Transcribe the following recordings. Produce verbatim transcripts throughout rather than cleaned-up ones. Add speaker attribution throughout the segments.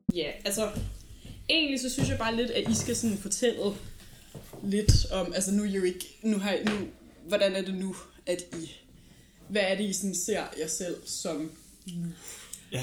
Speaker 1: Ja, altså, egentlig så synes jeg bare lidt, at I skal sådan fortælle lidt om, altså nu er I jo ikke, nu har I, nu, hvordan er det nu, at I, hvad er det, I sådan ser jer selv som nu?
Speaker 2: Ja.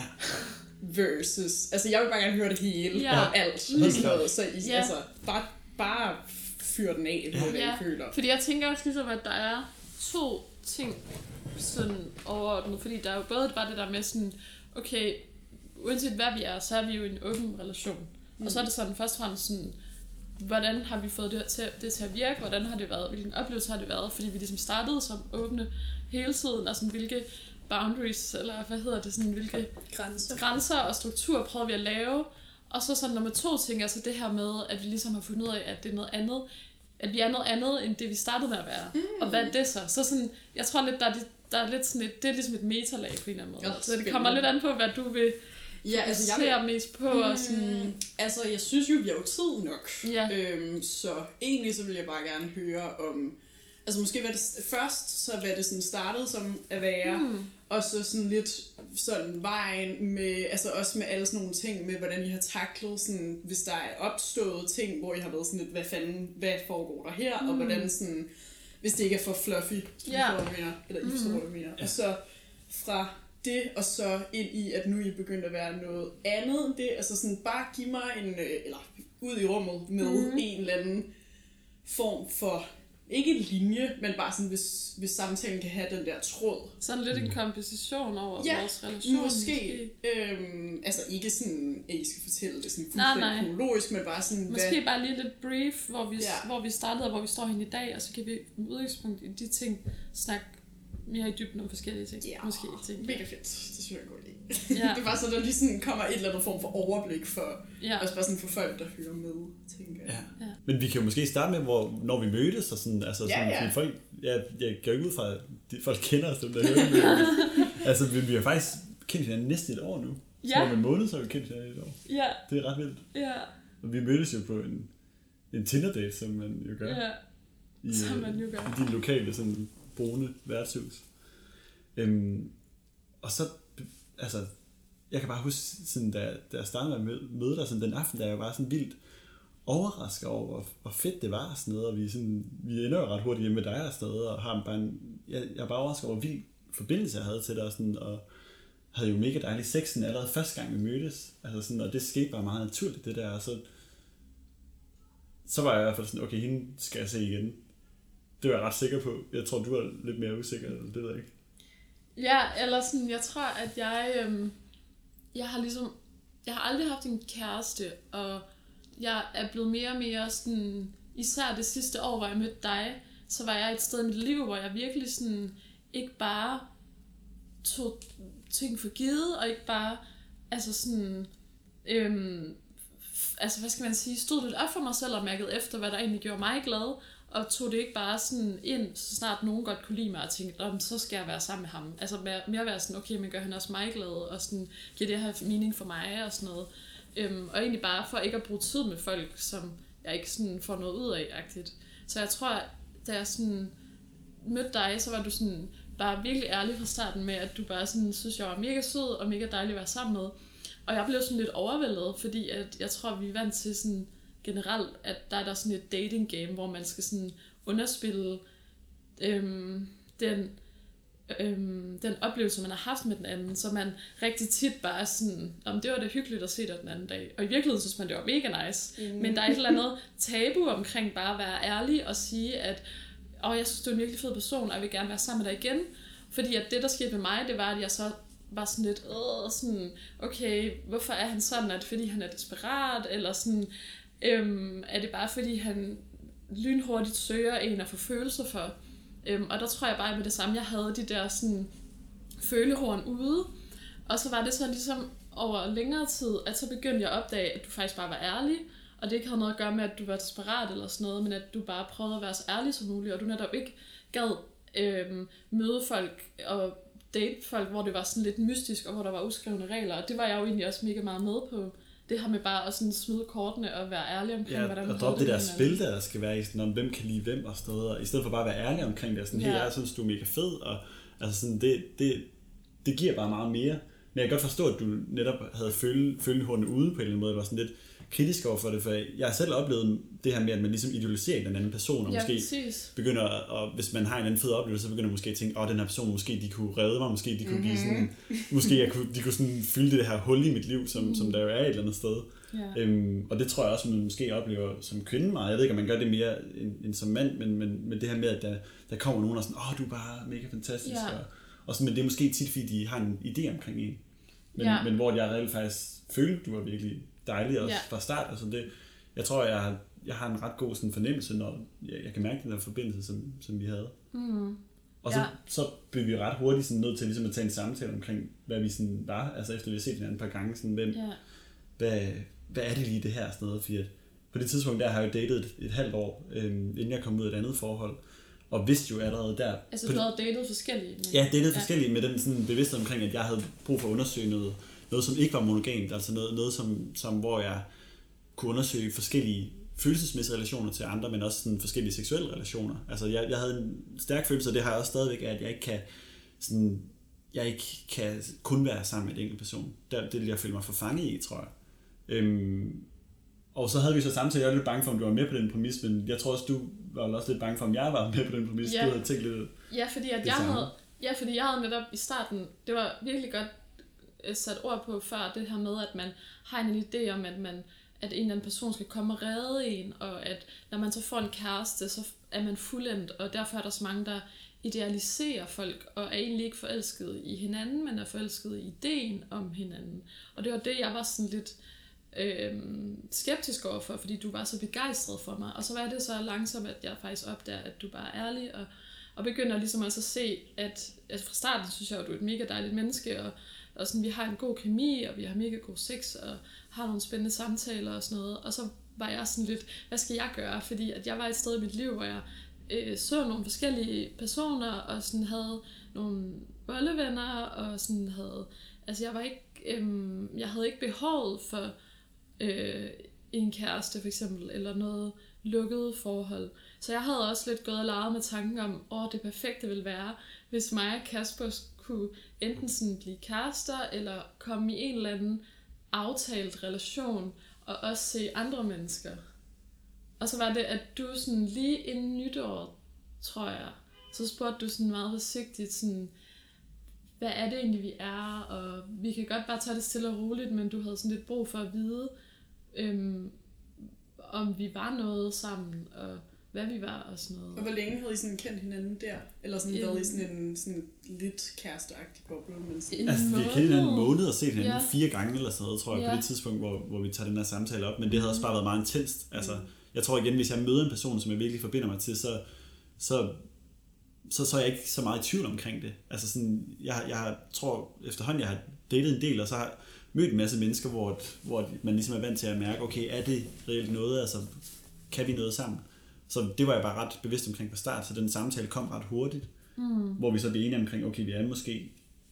Speaker 1: Versus, altså jeg vil bare gerne høre det hele,
Speaker 3: ja.
Speaker 1: og alt,
Speaker 2: mm.
Speaker 1: og sådan noget, så I,
Speaker 3: ja.
Speaker 1: altså, bare, bare fyr den af, ja. hvad
Speaker 3: ja.
Speaker 1: I føler.
Speaker 3: Fordi jeg tænker også ligesom, at der er to ting sådan overordnet, fordi der er jo både bare det der med sådan, okay, uanset hvad vi er, så er vi jo i en åben relation. Mm. Og så er det sådan først og fremmest sådan, hvordan har vi fået det til, det til at virke, hvordan har det været, hvilken oplevelse har det været, fordi vi ligesom startede som åbne hele tiden, og sådan hvilke boundaries, eller hvad hedder det, sådan hvilke
Speaker 1: grænser,
Speaker 3: grænser og strukturer prøver vi at lave. Og så sådan nummer to ting, altså det her med, at vi ligesom har fundet ud af, at det er noget andet, at vi er noget andet, end det vi startede med at være. Mm. Og hvad er det så? Så sådan, jeg tror lidt, der er, der er lidt sådan et, det er ligesom et metalag på en eller anden måde.
Speaker 1: Ja,
Speaker 3: så det kommer lidt an på, hvad du vil
Speaker 1: ja, altså, jeg
Speaker 3: vil... mest på.
Speaker 1: Mm,
Speaker 3: og sådan...
Speaker 1: Altså, jeg synes jo, vi har jo tid nok.
Speaker 3: Ja.
Speaker 1: Øhm, så egentlig så vil jeg bare gerne høre om... Altså måske var det først, så hvad det sådan startede som at være, mm. og så sådan lidt sådan vejen med, altså også med alle sådan nogle ting med, hvordan I har taklet sådan, hvis der er opstået ting, hvor I har været sådan lidt, hvad fanden, hvad foregår der her, mm. og hvordan sådan, hvis det ikke er for fluffy, hvis
Speaker 3: yeah.
Speaker 1: du forstår, hvad jeg mener, eller I forstår, hvad jeg mener. Og så fra det, og så ind i, at nu er I begyndt at være noget andet end det, altså sådan bare give mig en, eller ud i rummet med mm. en eller anden form for, ikke en linje, men bare sådan, hvis, hvis samtalen kan have den der tråd.
Speaker 3: Sådan lidt en komposition over
Speaker 1: ja,
Speaker 3: vores relation.
Speaker 1: måske. Øhm, altså ikke sådan, at I skal fortælle det sådan fuldstændig kronologisk, men bare sådan...
Speaker 3: Måske
Speaker 1: hvad...
Speaker 3: bare lige lidt brief, hvor vi,
Speaker 1: ja.
Speaker 3: hvor vi startede, og hvor vi står henne i dag, og så kan vi med udgangspunkt i de ting snakke mere i dybden om forskellige ting.
Speaker 1: Ja,
Speaker 3: måske ting.
Speaker 1: Mega fedt. Det synes jeg er en god idé.
Speaker 3: Ja.
Speaker 1: Det er bare så, der lige sådan kommer et eller andet form for overblik for,
Speaker 3: ja.
Speaker 1: også bare sådan for folk, der hører med, tænker jeg.
Speaker 2: Ja. Ja. Men vi kan jo måske starte med, hvor, når vi mødtes, og sådan, altså sådan,
Speaker 1: ja, ja.
Speaker 2: folk, jeg, jeg går ikke ud fra, at de, folk kender os, dem der hører med. Altså, vi, vi har faktisk kendt hinanden næsten et år nu.
Speaker 3: Ja.
Speaker 2: Så om en måned, så har vi kendt hinanden et år.
Speaker 3: Ja.
Speaker 2: Det er ret vildt.
Speaker 3: Ja.
Speaker 2: Og vi mødtes jo på en, en Tinder-date, som man jo gør.
Speaker 3: Ja.
Speaker 2: I,
Speaker 3: som man jo gør.
Speaker 2: I de lokale, sådan, brune værtshus. Øhm, og så, altså, jeg kan bare huske, sådan, da, da jeg startede med at møde dig, sådan, den aften, der jeg var sådan vildt overrasket over, hvor, hvor fedt det var, og sådan noget, og vi, sådan, vi ender jo ret hurtigt hjemme med dig og sådan noget, og har bare en, jeg, jeg er bare overrasket over, hvor vild forbindelse jeg havde til dig, og, sådan, og havde jo mega dejlig sexen allerede første gang vi mødtes, altså sådan, og det skete bare meget naturligt, det der, og så, så var jeg i hvert fald sådan, okay, hende skal jeg se igen. Det var jeg ret sikker på. Jeg tror, du var lidt mere usikker, eller det ved jeg ikke.
Speaker 3: Ja, eller sådan, jeg tror, at jeg, øhm, jeg har ligesom, jeg har aldrig haft en kæreste, og jeg er blevet mere og mere sådan, især det sidste år, hvor jeg mødte dig, så var jeg et sted i mit liv, hvor jeg virkelig sådan, ikke bare tog ting for givet, og ikke bare, altså sådan, øhm, altså hvad skal man sige, stod lidt op for mig selv og mærkede efter, hvad der egentlig gjorde mig glad, og tog det ikke bare sådan ind, så snart nogen godt kunne lide mig, og tænkte, om så skal jeg være sammen med ham. Altså mere, mere være sådan, okay, men gør han også mig glad, og sådan, giver det her mening for mig, og sådan noget. Øhm, og egentlig bare for ikke at bruge tid med folk, som jeg ikke sådan får noget ud af-agtigt. Så jeg tror, da jeg sådan mødte dig, så var du sådan bare virkelig ærlig fra starten med, at du bare sådan synes, jeg var mega sød, og mega dejlig at være sammen med. Og jeg blev sådan lidt overvældet, fordi at jeg tror, vi er vant til sådan generelt, at der er der sådan et dating game, hvor man skal sådan underspille øhm, den, øhm, den oplevelse, man har haft med den anden, så man rigtig tit bare er sådan, om det var det hyggeligt at se dig den anden dag. Og i virkeligheden synes man, det var mega nice. Mm. Men der er et eller andet tabu omkring bare at være ærlig og sige, at åh, jeg synes, du er en virkelig fed person, og jeg vil gerne være sammen med dig igen. Fordi at det, der skete med mig, det var, at jeg så var sådan lidt, øh, sådan, okay, hvorfor er han sådan? Er det fordi, han er desperat? Eller sådan, øhm, er det bare fordi, han lynhurtigt søger en at få følelser for? Øhm, og der tror jeg bare med det samme, jeg havde de der sådan følehorn ude. Og så var det så ligesom over længere tid, at så begyndte jeg at opdage, at du faktisk bare var ærlig. Og det ikke havde noget at gøre med, at du var desperat eller sådan noget, men at du bare prøvede at være så ærlig som muligt, og du netop ikke gad øhm, møde folk og date folk, hvor det var sådan lidt mystisk, og hvor der var uskrevne regler. Og det var jeg jo egentlig også mega meget med på. Det her med bare at sådan smide kortene og være ærlig omkring,
Speaker 2: ja,
Speaker 3: hvordan man
Speaker 2: og droppe det der spil, der skal være i sådan, om hvem kan lide hvem og sådan noget, og i stedet for bare at være ærlig omkring det, sådan, ja. Hey, jeg synes, du er mega fed, og altså sådan, det, det, det giver bare meget mere, Men jeg kan godt forstå, at du netop havde følge, følgehornene ude på en eller anden måde, og var sådan lidt kritisk over for det, for jeg har selv oplevet det her med, at man ligesom idoliserer en anden person, og
Speaker 3: ja,
Speaker 2: måske
Speaker 3: præcis.
Speaker 2: begynder, og hvis man har en anden fed oplevelse, så begynder man måske at tænke, åh, oh, den her person, måske de kunne redde mig, måske de kunne give sådan, måske jeg kunne, de kunne sådan fylde det her hul i mit liv, som, mm. som der jo er et eller andet sted.
Speaker 3: Ja.
Speaker 2: Øhm, og det tror jeg også, man måske oplever som kvinde meget. Jeg ved ikke, om man gør det mere end, end som mand, men, men, men det her med, at der, der kommer nogen og sådan, åh, oh, du er bare mega fantastisk.
Speaker 3: Ja.
Speaker 2: Og, og sådan, men det er måske tit, fordi de har en idé omkring en. Men,
Speaker 3: ja.
Speaker 2: men hvor jeg reelt faktisk følte, du var virkelig dejlig også
Speaker 3: ja.
Speaker 2: fra start. Altså det, jeg tror, jeg har, jeg har en ret god sådan, fornemmelse, når jeg, jeg kan mærke den der forbindelse, som, som vi havde.
Speaker 3: Mm.
Speaker 2: Og så,
Speaker 3: ja.
Speaker 2: så blev vi ret hurtigt sådan, nødt til ligesom, at tage en samtale omkring, hvad vi sådan var. Altså efter vi har set hinanden et par gange, sådan, hvem,
Speaker 3: ja.
Speaker 2: hvad, hvad er det lige det her sådan noget? Fordi at på det tidspunkt der har jeg jo datet et, et halvt år, øhm, inden jeg kom ud af et andet forhold. Og vidste jo allerede der...
Speaker 3: Altså du havde datet forskellige? Men...
Speaker 2: Ja, datet ja. forskellige med den sådan bevidsthed omkring, at jeg havde brug for at undersøge noget, noget som ikke var monogamt. Altså noget, noget som, som, hvor jeg kunne undersøge forskellige følelsesmæssige relationer til andre, men også sådan forskellige seksuelle relationer. Altså jeg, jeg havde en stærk følelse, og det har jeg også stadigvæk, at jeg ikke kan, sådan, jeg ikke kan kun være sammen med en enkelt person. Det, det vil jeg føle mig for fanget i, tror jeg. Øhm, og så havde vi så samtidig, jeg var lidt bange for, om du var med på den præmis, men jeg tror også, du var også lidt bange for, om jeg var med på den præmis.
Speaker 3: Ja.
Speaker 2: Du havde tænkt lidt
Speaker 3: ja, fordi at jeg havde, ja, fordi jeg havde netop i starten, det var virkelig godt sat ord på før, det her med, at man har en idé om, at man at en eller anden person skal komme og redde en, og at når man så får en kæreste, så er man fuldendt, og derfor er der så mange, der idealiserer folk, og er egentlig ikke forelsket i hinanden, men er forelsket i ideen om hinanden. Og det var det, jeg var sådan lidt øh, skeptisk overfor, fordi du var så begejstret for mig. Og så var det så langsomt, at jeg faktisk opdager, at du bare er ærlig, og, og begynder ligesom også at se, at, at fra starten synes jeg, at du er et mega dejligt menneske, og og sådan, vi har en god kemi, og vi har mega god sex, og har nogle spændende samtaler og sådan noget. Og så var jeg sådan lidt, hvad skal jeg gøre? Fordi at jeg var et sted i mit liv, hvor jeg øh, så nogle forskellige personer, og sådan havde nogle bollevenner, og sådan havde, altså jeg var ikke, øh, jeg havde ikke behovet for øh, en kæreste for eksempel, eller noget lukket forhold. Så jeg havde også lidt gået og leget med tanken om, åh, det perfekte ville være, hvis mig og Kasper kunne enten sådan blive kærester, eller komme i en eller anden aftalt relation, og også se andre mennesker. Og så var det, at du sådan lige inden nytår, tror jeg, så spurgte du sådan meget forsigtigt, sådan, hvad er det egentlig, vi er, og vi kan godt bare tage det stille og roligt, men du havde sådan lidt brug for at vide, øhm, om vi var noget sammen, og hvad vi var og sådan noget.
Speaker 1: Og hvor længe havde I sådan kendt hinanden der? Eller sådan været i sådan en sådan lidt kæresteagtig boble? Men sådan...
Speaker 2: Altså, vi har kendt hinanden en måned og set hinanden
Speaker 3: ja.
Speaker 2: fire gange eller sådan noget, tror jeg, ja. på det tidspunkt, hvor, hvor vi tager den her samtale op. Men det havde også bare været meget intenst. Altså, mm. jeg tror igen, hvis jeg møder en person, som jeg virkelig forbinder mig til, så, så, så, så er jeg ikke så meget i tvivl omkring det. Altså sådan, jeg, jeg tror efterhånden, jeg har datet en del, og så har mødt en masse mennesker, hvor, hvor man ligesom er vant til at mærke, okay, er det reelt noget? Altså, kan vi noget sammen? Så det var jeg bare ret bevidst omkring på start, så den samtale kom ret hurtigt, mm. hvor vi så blev enige omkring, okay, vi er måske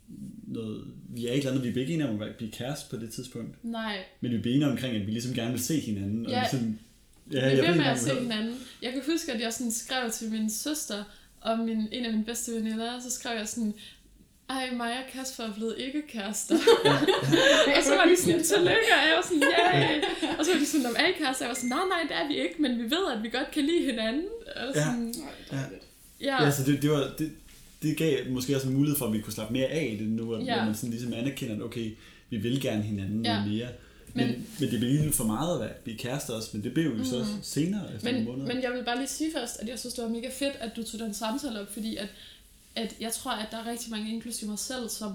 Speaker 2: noget, vi er ikke andet, vi blev ikke enige om at blive kæreste på det tidspunkt.
Speaker 3: Nej.
Speaker 2: Men vi blev enige omkring, at vi ligesom gerne vil se hinanden.
Speaker 3: Ja,
Speaker 2: og ligesom,
Speaker 3: ja vi blev med at se hinanden. Jeg kan huske, at jeg sådan skrev til min søster, og min, en af mine bedste veninder, så skrev jeg sådan, ej, mig og Kasper er blevet ikke kærester. Ja, ja. Og så var de sådan, tillykke, og jeg var sådan, yeah. Og så var de sådan, om er I kærester? Jeg var sådan, nej, nej, det er vi ikke, men vi ved, at vi godt kan lide hinanden. Og sådan,
Speaker 2: ja.
Speaker 3: Ja.
Speaker 2: Ja, så det, det, var, det, det gav måske også en mulighed for, at vi kunne slappe mere af i det nu, ja. hvor man sådan ligesom anerkender, at okay, vi vil gerne hinanden ja. mere. Men, men, men det blev for meget at blive kærester også, men det blev jo mm. så også senere efter
Speaker 3: men,
Speaker 2: nogle måneder.
Speaker 3: Men jeg vil bare lige sige først, at jeg synes, det var mega fedt, at du tog den samtale op, fordi at at jeg tror, at der er rigtig mange, inklusive mig selv, som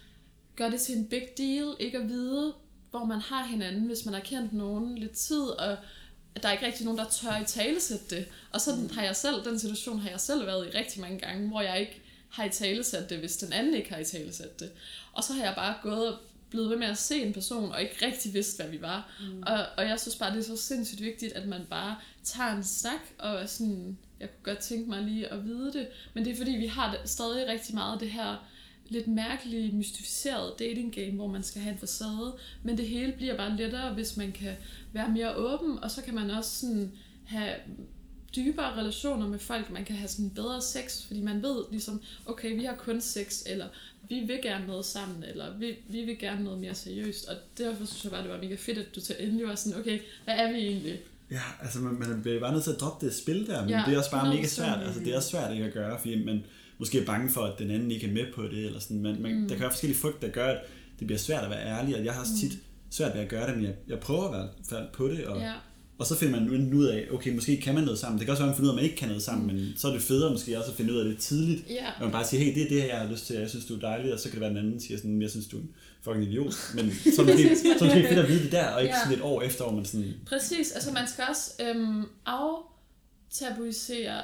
Speaker 3: gør det til en big deal, ikke at vide, hvor man har hinanden, hvis man har kendt nogen lidt tid, og at der er ikke rigtig nogen, der tør i talesætte det. Og sådan har jeg selv, den situation har jeg selv været i rigtig mange gange, hvor jeg ikke har i talesætte det, hvis den anden ikke har i talesætte det. Og så har jeg bare gået og blevet ved med at se en person, og ikke rigtig vidste, hvad vi var. Mm. Og, og jeg synes bare, det er så sindssygt vigtigt, at man bare tager en snak, og sådan, jeg kunne godt tænke mig lige at vide det, men det er fordi, vi har stadig rigtig meget af det her lidt mærkelige, mystificerede dating game, hvor man skal have en facade, men det hele bliver bare lettere, hvis man kan være mere åben, og så kan man også sådan have dybere relationer med folk, man kan have sådan bedre sex, fordi man ved ligesom, okay, vi har kun sex, eller vi vil gerne noget sammen, eller vi, vi vil gerne noget mere seriøst, og derfor synes jeg bare, det var mega fedt, at du til endelig var sådan, okay, hvad er vi egentlig?
Speaker 2: Ja, altså man, man bliver bare nødt til at droppe det spil der, men
Speaker 3: ja,
Speaker 2: det er også bare mega svært, altså det er også svært ikke at gøre, fordi man måske er bange for, at den anden ikke er med på det, eller sådan, man, man, mm. der kan være forskellige frygt, der gør, at det bliver svært at være ærlig, og jeg har også tit svært ved at gøre det, men jeg, jeg prøver i hvert fald på det, og, ja. og så finder man ud af, okay, måske kan man noget sammen, det kan også være, at man finder ud af, at man ikke kan noget sammen, mm. men så er det federe måske også at finde ud af det tidligt,
Speaker 3: ja.
Speaker 2: og man bare siger, hey, det er det, jeg har lyst til, jeg synes, du er dejlig, og så kan det være, den anden siger sådan, jeg synes, du er en fucking idiot, men så er det måske, så er det fedt at vide det der, og ikke ja. sådan et år efter, hvor man sådan...
Speaker 3: Præcis, altså man skal også øhm, aftabuisere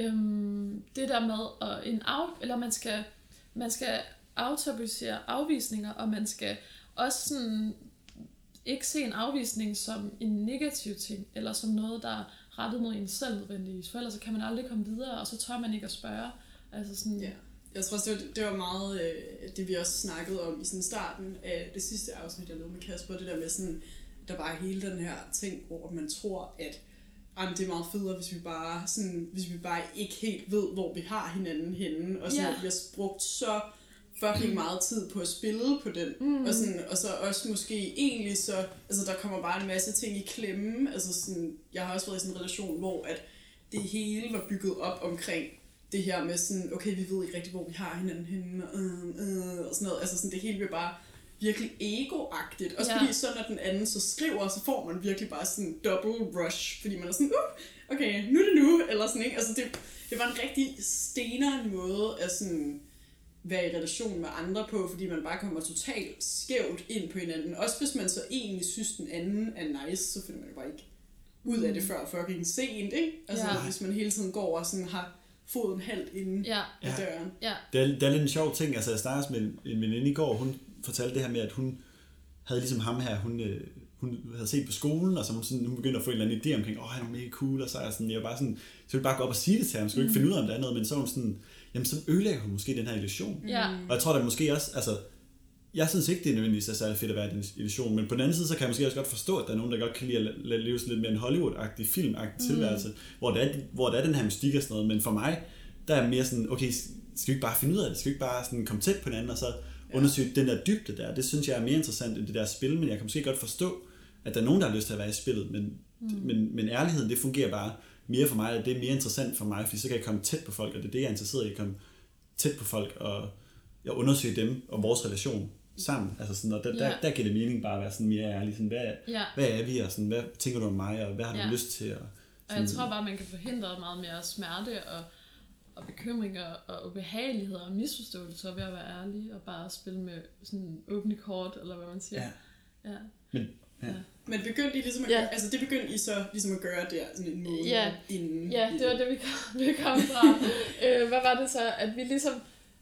Speaker 3: øhm, det der med, at en af, eller man skal, man skal aftabuisere afvisninger, og man skal også sådan ikke se en afvisning som en negativ ting, eller som noget, der er rettet mod en selv nødvendigvis, for ellers så kan man aldrig komme videre, og så tør man ikke at spørge. Altså sådan...
Speaker 1: Ja. Jeg tror også, det var, det var meget øh, det, vi også snakkede om i sådan starten af det sidste afsnit, jeg lavede med Kasper, det der med sådan, der bare hele den her ting, hvor man tror, at jamen, det er meget federe, hvis vi bare sådan, hvis vi bare ikke helt ved, hvor vi har hinanden henne, og sådan, yeah. at vi har brugt så fucking meget tid på at spille på den, mm. og, sådan, og så også måske egentlig så, altså der kommer bare en masse ting i klemme, altså sådan, jeg har også været i sådan en relation, hvor at det hele var bygget op omkring det her med sådan, okay, vi ved ikke rigtig, hvor vi har hinanden henne, og, øh, øh, og sådan noget, altså sådan, det hele bliver bare virkelig ego-agtigt, også ja. Fordi så når den anden så skriver, så får man virkelig bare sådan double rush, fordi man er sådan, uh, okay, nu er det nu, eller sådan, ikke, altså det, det var en rigtig steneren måde at sådan være i relation med andre på, fordi man bare kommer totalt skævt ind på hinanden, også hvis man så egentlig synes, den anden er nice, så finder man jo bare ikke ud af det før fucking sent, ikke, altså ja. Hvis man hele tiden går og sådan har foden halvt inde
Speaker 3: ja.
Speaker 1: i døren.
Speaker 3: Ja.
Speaker 2: Det, er, det er lidt en sjov ting, altså jeg snakkede med en, en veninde i går, hun fortalte det her med, at hun havde ligesom ham her, hun, øh, hun havde set på skolen, og så hun, sådan, hun begyndte at få en eller anden idé omkring, åh, han er mega cool, og så er jeg sådan, jeg var bare sådan, så ville bare gå op og sige det til ham, så skulle mm. ikke finde ud af, om der er noget, men så var hun sådan, jamen så ødelægger hun måske den her illusion.
Speaker 3: Ja.
Speaker 2: Og jeg tror da måske også, altså, jeg synes ikke, det er nødvendigvis er særlig fedt at være en illusion, men på den anden side, så kan jeg måske også godt forstå, at der er nogen, der godt kan lide at leve sådan lidt mere en Hollywood-agtig, film-agtig mm. tilværelse, hvor der, er, hvor der er den her mystik og sådan noget, men for mig, der er mere sådan, okay, skal vi ikke bare finde ud af det? Skal vi ikke bare sådan komme tæt på hinanden, og så ja. Undersøge den der dybde der? Det synes jeg er mere interessant end det der spil, men jeg kan måske godt forstå, at der er nogen, der har lyst til at være i spillet, men, mm. men, men ærligheden, det fungerer bare mere for mig, og det er mere interessant for mig, fordi så kan jeg komme tæt på folk, og det er det, jeg er interesseret i, at komme tæt på folk, og jeg undersøge dem og vores relation sammen. Altså sådan, og der, ja. der, der giver det mening bare at være sådan mere ærlig. Sådan, hvad,
Speaker 3: ja.
Speaker 2: hvad er vi, og sådan, hvad tænker du om mig, og hvad har du
Speaker 3: ja.
Speaker 2: lyst til? Og,
Speaker 3: og jeg tror bare, man kan forhindre meget mere smerte og, og bekymringer og ubehageligheder og misforståelser ved at være ærlig og bare spille med sådan åbne kort, eller hvad man siger.
Speaker 2: Ja.
Speaker 3: Ja.
Speaker 2: Men, ja.
Speaker 1: Ja. Men begyndte I ligesom at
Speaker 3: ja.
Speaker 1: gøre, altså det begyndte I så ligesom at gøre der sådan en måned
Speaker 3: ja.
Speaker 1: inden?
Speaker 3: Ja, det var det, vi kom, vi kom fra. øh, hvad var det så, at vi ligesom,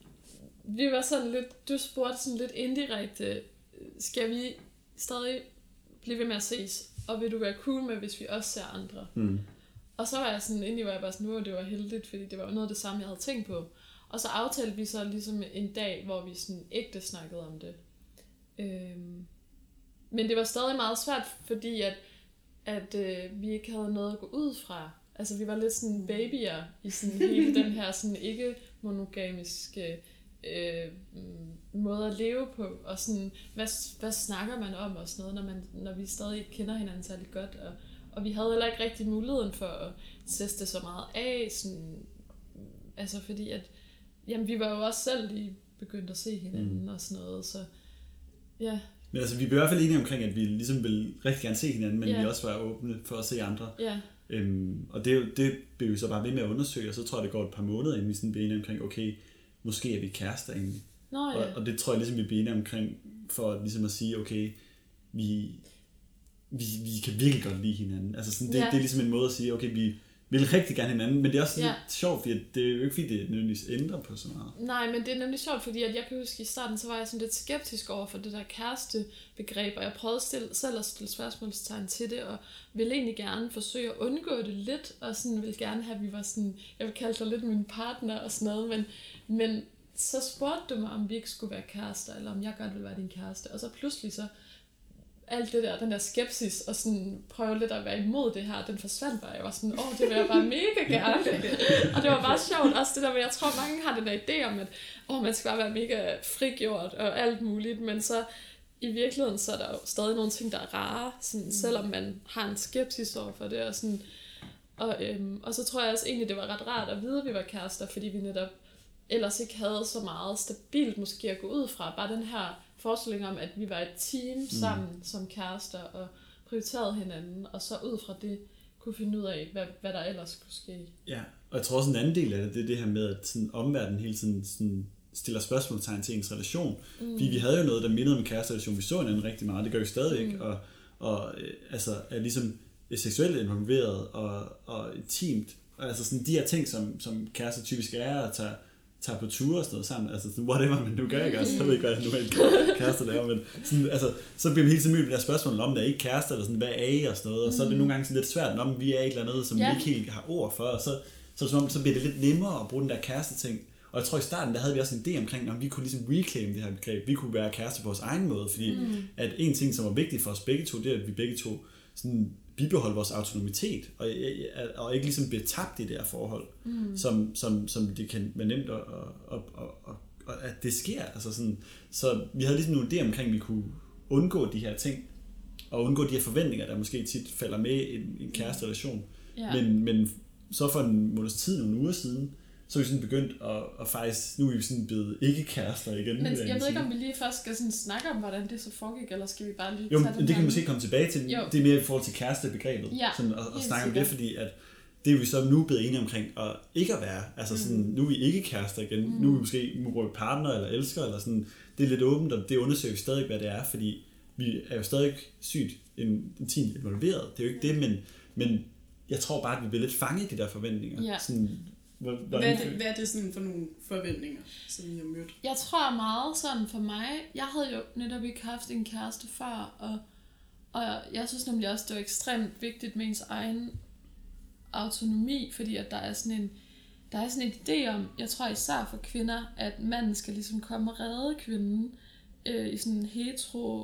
Speaker 3: vi var sådan lidt, du spurgte sådan lidt indirekte, skal vi stadig blive ved med at ses, og vil du være cool med, hvis vi også ser andre?
Speaker 2: Mm.
Speaker 3: Og så var jeg sådan, egentlig var jeg bare sådan, nu det var heldigt, fordi det var noget af det samme, jeg havde tænkt på. Og så aftalte vi så ligesom en dag, hvor vi sådan ægte snakkede om det. Øhm, men det var stadig meget svært, fordi at, at øh, vi ikke havde noget at gå ud fra. Altså vi var lidt sådan babyer i sådan hele den her sådan ikke monogamiske øh, måde at leve på. Og sådan, hvad, hvad snakker man om og sådan noget, når, man, når vi stadig ikke kender hinanden særlig godt. Og, og vi havde heller ikke rigtig muligheden for at teste så meget af. Sådan, altså fordi at, jamen vi var jo også selv lige begyndt at se hinanden mm. og sådan noget, så ja.
Speaker 2: Men altså, vi blev i hvert fald enige omkring, at vi ligesom ville rigtig gerne se hinanden, men
Speaker 3: yeah.
Speaker 2: vi også var åbne for at se andre.
Speaker 3: Yeah.
Speaker 2: Øhm, og det, det blev vi så bare ved med at undersøge, og så tror jeg, det går et par måneder, inden vi sådan blev enige omkring, okay, måske er vi kærester egentlig.
Speaker 3: Nå, ja.
Speaker 2: og, og det tror jeg ligesom, vi blev enige omkring, for ligesom at sige, okay, vi, vi, vi kan virkelig godt lide hinanden. Altså sådan, det, yeah. det er ligesom en måde at sige, okay, vi vil rigtig gerne hinanden, men det er også yeah. lidt sjovt, fordi det er jo ikke fordi, det nødvendigvis ændrer på så meget.
Speaker 3: Nej, men det er nemlig sjovt, fordi at jeg kan huske, i starten, så var jeg sådan lidt skeptisk over for det der kærestebegreb, og jeg prøvede stille, selv at stille spørgsmålstegn til det, og ville egentlig gerne forsøge at undgå det lidt, og sådan ville gerne have, at vi var sådan, jeg vil kalde dig lidt min partner og sådan noget, men, men så spurgte du mig, om vi ikke skulle være kærester, eller om jeg godt ville være din kæreste, og så pludselig så alt det der, den der skepsis, og sådan prøve lidt at være imod det her, den forsvandt bare. Jeg var sådan, åh, det vil jeg bare mega gerne. Og det var bare sjovt, også det der med, jeg tror, mange har den der idé om, at åh, man skal bare være mega frigjort og alt muligt, men så i virkeligheden, så er der jo stadig nogle ting, der er rare, sådan, mm. selvom man har en skepsis over for det, og sådan, og, øhm, og så tror jeg også egentlig, det var ret rart at vide, at vi var kærester, fordi vi netop ellers ikke havde så meget stabilt måske at gå ud fra, bare den her forestilling om, at vi var et team sammen mm. som kærester, og prioriterede hinanden, og så ud fra det kunne finde ud af, hvad, hvad der ellers kunne ske.
Speaker 2: Ja, og jeg tror også en anden del af det, det er det her med, at sådan, omverdenen hele tiden sådan, stiller spørgsmålstegn til ens relation. Mm. Fordi vi havde jo noget, der mindede om en kæresterelation. Vi så hinanden rigtig meget, det gør vi stadigvæk, mm. og, og øh, altså, er ligesom seksuelt involveret og, og intimt. Og altså sådan de her ting, som, som kærester typisk er, at tage tager på ture og sådan noget sammen, altså sådan, whatever man nu gør, ikke? Altså, jeg ved ikke, hvad nu er en kæreste laver, men sådan, altså, så bliver vi hele tiden mødt med der spørgsmål om, der er ikke kærester, eller sådan, hvad er I og sådan noget, og så er det nogle gange sådan lidt svært, om vi er et eller andet, som yeah. vi ikke helt har ord for, og så, så, så, så bliver det lidt nemmere at bruge den der kæreste-ting. Og jeg tror i starten, der havde vi også en idé omkring, om vi kunne ligesom reclaim det her begreb, vi kunne være kærester på vores egen måde, fordi mm. at en ting, som var vigtigt for os begge to, det er, at vi begge to sådan bibeholde vores autonomitet, og, og ikke ligesom blive tabt i det her forhold, mm. som, som, som det kan være nemt, og, og, og, og, og at det sker. Altså sådan, så vi havde ligesom nogle idé omkring, at vi kunne undgå de her ting, og undgå de her forventninger, der måske tit falder med i en, en kæresterelation. Yeah. Men, men så for en måneds tid, nogle uger siden, så er vi sådan begyndt at, at faktisk, nu er vi sådan blevet ikke kærester igen.
Speaker 3: Men jeg, jeg ved ikke, om vi lige først skal sådan snakke om, hvordan det så foregik, eller skal vi bare lige
Speaker 2: jo,
Speaker 3: tage den
Speaker 2: det kan vi måske komme tilbage til.
Speaker 3: Jo.
Speaker 2: Det er mere i forhold til kærestebegrebet,
Speaker 3: ja,
Speaker 2: sådan, og, og snakke om det, fordi at det er vi så nu blevet enige omkring, og ikke at være, altså sådan, mm. nu er vi ikke kærester igen, mm. nu er vi måske nu er vi partner eller elsker, eller sådan, det er lidt åbent, og det undersøger vi stadig, hvad det er, fordi vi er jo stadig sygt intimt involveret, det er jo ikke det, men, men jeg tror bare, at vi bliver lidt fanget i de der forventninger.
Speaker 3: Ja.
Speaker 2: Sådan,
Speaker 1: Hvad, hvad, er det, hvad er det sådan for nogle forventninger, som I har mødt?
Speaker 3: Jeg tror meget sådan for mig, jeg havde jo netop ikke haft en kæreste før, og, og jeg synes nemlig også, det var ekstremt vigtigt med ens egen autonomi, fordi at der er sådan en, der er sådan en idé om, jeg tror især for kvinder, at manden skal ligesom komme og redde kvinden øh, i sådan en hetero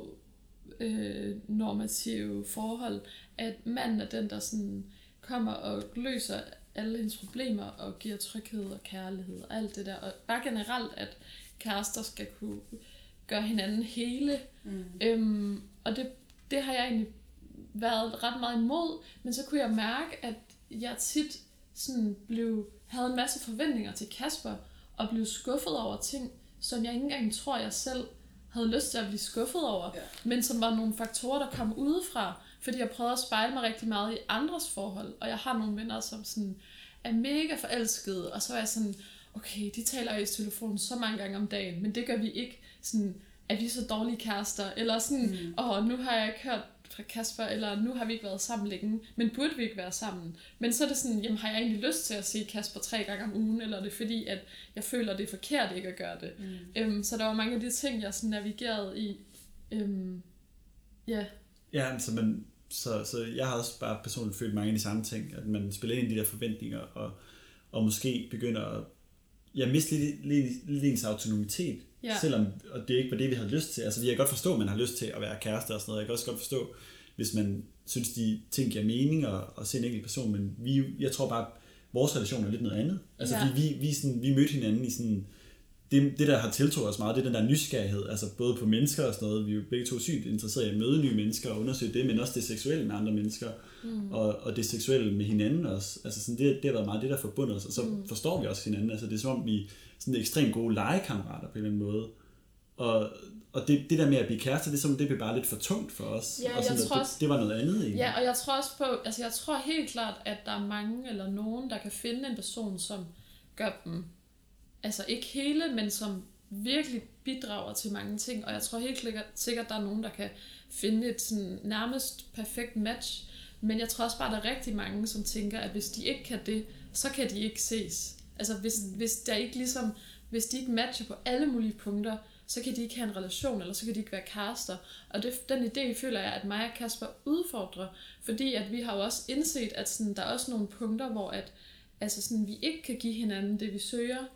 Speaker 3: øh, normative forhold, at manden er den, der sådan kommer og løser alle hendes problemer og giver tryghed og kærlighed og alt det der. Og bare generelt, at kærester skal kunne gøre hinanden hele. Mm. Øhm, og det, det har jeg egentlig været ret meget imod, men så kunne jeg mærke, at jeg tit sådan blev, havde en masse forventninger til Kasper, og blev skuffet over ting, som jeg ikke engang tror, jeg selv havde lyst til at blive skuffet over, ja. Men som var nogle faktorer, der kom udefra, fordi jeg prøvede at spejle mig rigtig meget i andres forhold, og jeg har nogle venner, som sådan er mega forelskede, og så er jeg sådan, okay, de taler i telefonen så mange gange om dagen, men det gør vi ikke, sådan, er vi så dårlige kærester, eller sådan, mm. åh, nu har jeg ikke hørt fra Kasper, eller nu har vi ikke været sammen længe, men burde vi ikke være sammen? Men så er det sådan, jamen har jeg egentlig lyst til at se Kasper tre gange om ugen, eller er det fordi, at jeg føler, det er forkert ikke at gøre det? Mm. Øhm, så der var mange af de ting, jeg sådan navigerede i. Øhm, yeah.
Speaker 2: Ja, så, man, så, så jeg har også bare personligt følt mange af de samme ting, at man spiller ind i de der forventninger, og, og måske begynder at ja, miste lidt, lidt, lidt ens autonomitet, ja. Selvom og det ikke var det, vi havde lyst til. Altså, jeg kan godt forstå, at man har lyst til at være kærester og sådan noget. Jeg kan også godt forstå, hvis man synes, de ting giver mening og, og se en enkelt person, men vi, jeg tror bare, at vores relation er lidt noget andet. Altså, ja. vi, vi, sådan, vi mødte hinanden i sådan, det, det der har tiltrukket os meget, det er den der nysgerrighed, altså både på mennesker og sådan noget. Vi er jo begge to sygt interesserede i at møde nye mennesker og undersøge det, men også det seksuelle med andre mennesker, mm. og, og det seksuelle med hinanden også. Altså sådan, det, det har været meget det, der forbundet os, og så mm. forstår vi også hinanden. Altså det er som om, vi er sådan ekstremt gode legekammerater på en eller anden måde. Og, og det, det der med at blive kærester, det er som det blev bare lidt for tungt for os.
Speaker 3: Ja,
Speaker 2: og sådan,
Speaker 3: jeg tror
Speaker 2: det,
Speaker 3: også,
Speaker 2: det var noget andet egentlig.
Speaker 3: Ja, og jeg tror også på, altså jeg tror helt klart, at der er mange eller nogen, der kan finde en person, som gør dem, altså ikke hele, men som virkelig bidrager til mange ting, og jeg tror helt sikkert, at der er nogen, der kan finde et sådan nærmest perfekt match, men jeg tror også bare, at der er rigtig mange, som tænker, at hvis de ikke kan det, så kan de ikke ses. Altså hvis, mm. hvis der ikke ligesom, hvis de ikke matcher på alle mulige punkter, så kan de ikke have en relation, eller så kan de ikke være kærester. Og det, den idé føler jeg, at mig og Kasper udfordrer, fordi at vi har jo også indset, at sådan, der er også nogle punkter, hvor at, altså sådan, vi ikke kan give hinanden det, vi søger.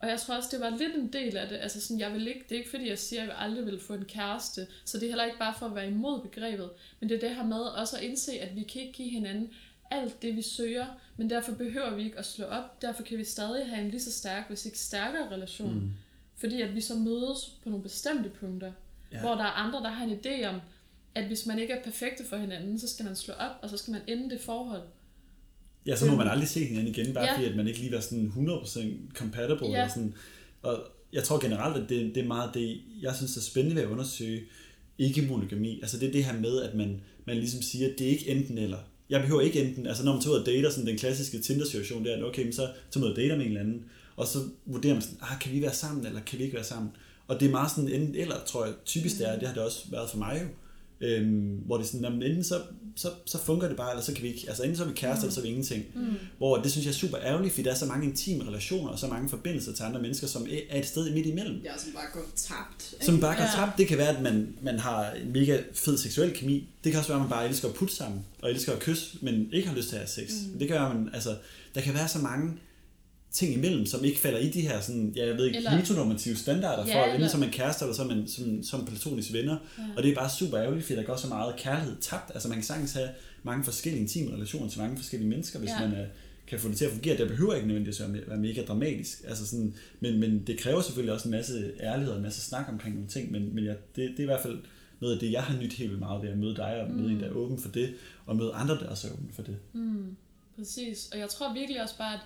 Speaker 3: Og jeg tror også, det var lidt en del af det. Altså sådan, jeg vil ikke, det er ikke fordi, jeg siger, at jeg aldrig vil få en kæreste. Så det er heller ikke bare for at være imod begrebet. Men det er det her med også at indse, at vi kan ikke give hinanden alt det, vi søger. Men derfor behøver vi ikke at slå op. Derfor kan vi stadig have en lige så stærk, hvis ikke stærkere relation. Mm. Fordi at vi så mødes på nogle bestemte punkter. Ja. Hvor der er andre, der har en idé om, at hvis man ikke er perfekte for hinanden, så skal man slå op, og så skal man ende det forhold.
Speaker 2: Ja, så må man aldrig se hinanden igen, bare ja. fordi at man ikke lige var sådan hundrede procent compatible. Ja. Eller sådan. Og jeg tror generelt, at det, det er meget det, jeg synes er spændende ved at undersøge ikke-monogami. Altså det er det her med, at man, man ligesom siger, at det er ikke enten eller. Jeg behøver ikke enten, altså når man tager ud og dater, sådan den klassiske Tinder-situation, der er, okay, men så tager man ud og dater med en eller anden, og så vurderer man sådan, ah, kan vi være sammen, eller kan vi ikke være sammen? Og det er meget sådan enten eller, tror jeg, typisk det er, det har det også været for mig jo. Øhm, hvor det er sådan, enten så, så, så fungerer det bare, eller så kan vi ikke, altså enten så er vi kærester, mm. eller så er vi ingenting. Mm. Hvor det synes jeg er super ærgerligt, fordi der er så mange intime relationer, og så mange forbindelser til andre mennesker, som er et sted midt imellem.
Speaker 1: Ja, som bare går tabt.
Speaker 2: Som bare går ja. tabt. Det kan være, at man, man har en mega fed seksuel kemi. Det kan også være, at man bare elsker at putte sammen, og elsker at kysse, men ikke har lyst til at have sex. Mm. Det kan være, at man, altså, der kan være så mange ting imellem, som ikke falder i de her sådan, ja, jeg ved ikke, heteronormative standarder ja, for, enten som en kæreste, eller som, en, som, som platonisk venner. Ja. Og det er bare super ærgerligt, fordi der går så meget kærlighed tabt. Altså man kan sagtens have mange forskellige intime relationer til mange forskellige mennesker, hvis ja. man er, kan få det til at fungere. Det behøver ikke nødvendigvis at være mega dramatisk. Altså sådan, men, men det kræver selvfølgelig også en masse ærlighed og en masse snak omkring nogle ting, men, men ja, det, det er i hvert fald noget af det, jeg har nydt helt vildt meget ved at møde dig, og møde mm. en, der er åben for det, og møde andre, der også er åben for det.
Speaker 3: Mm. Præcis, og jeg tror virkelig også bare, at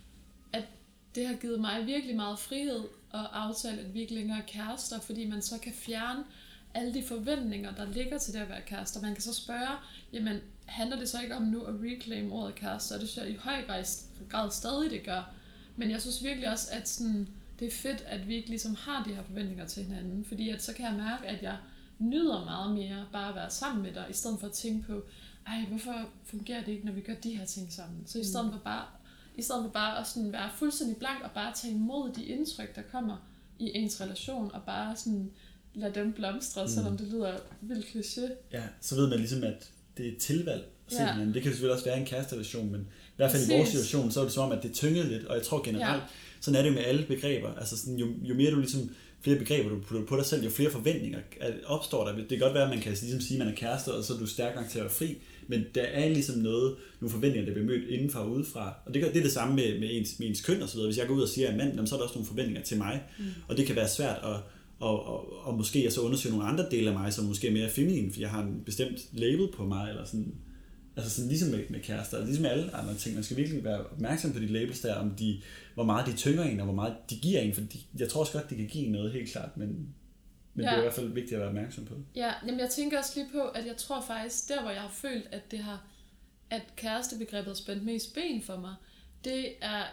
Speaker 3: det har givet mig virkelig meget frihed at aftale, at vi ikke længere er kærester, fordi man så kan fjerne alle de forventninger, der ligger til det at være kærester. Man kan så spørge, jamen handler det så ikke om nu at reclaim ordet kærester? Og det synes jeg i høj grad stadig det gør. Men jeg synes virkelig også, at sådan, det er fedt, at vi ikke ligesom har de her forventninger til hinanden, fordi at så kan jeg mærke, at jeg nyder meget mere bare at være sammen med dig, i stedet for at tænke på, ej, hvorfor fungerer det ikke, når vi gør de her ting sammen? Så i stedet for bare I stedet for bare at sådan være fuldstændig blank og bare tage imod de indtryk, der kommer i ens relation, og bare sådan lade dem blomstre, mm. selvom det lyder vildt kliché.
Speaker 2: Ja, så ved man ligesom, at det er et tilvalg at se ja. hinanden. Det kan selvfølgelig også være en kæresterelation, men i hvert fald Præcis. i vores situation, så er det som om, at det tynger lidt, og jeg tror generelt, ja. sådan er det med alle begreber. Altså sådan, jo, jo mere du ligesom, flere begreber du putter på dig selv, jo flere forventninger opstår der. Det kan godt være, at man kan ligesom sige, at man er kærester, og så er du stærk nok til at være fri, men der er ligesom noget, nogle forventninger, der bliver mødt indenfra og udefra. Og det, det er det samme med, med, ens, med ens køn og så videre. Hvis jeg går ud og siger, at jeg er mand, så er der også nogle forventninger til mig. Mm. Og det kan være svært at, og, og, og måske altså undersøge nogle andre dele af mig, som måske er mere feminin, for jeg har en bestemt label på mig, eller sådan. Altså sådan ligesom med, med kærester, ligesom med alle andre ting. Man skal virkelig være opmærksom på de labels der, om de, hvor meget de tynger en, og hvor meget de giver en. For de, jeg tror også godt, de kan give en noget, helt klart, men, men ja. det er i hvert fald vigtigt at være opmærksom på.
Speaker 3: Ja, jamen jeg tænker også lige på, at jeg tror faktisk, der hvor jeg har følt, at det har, at kærestebegrebet har spændt mest ben for mig, det er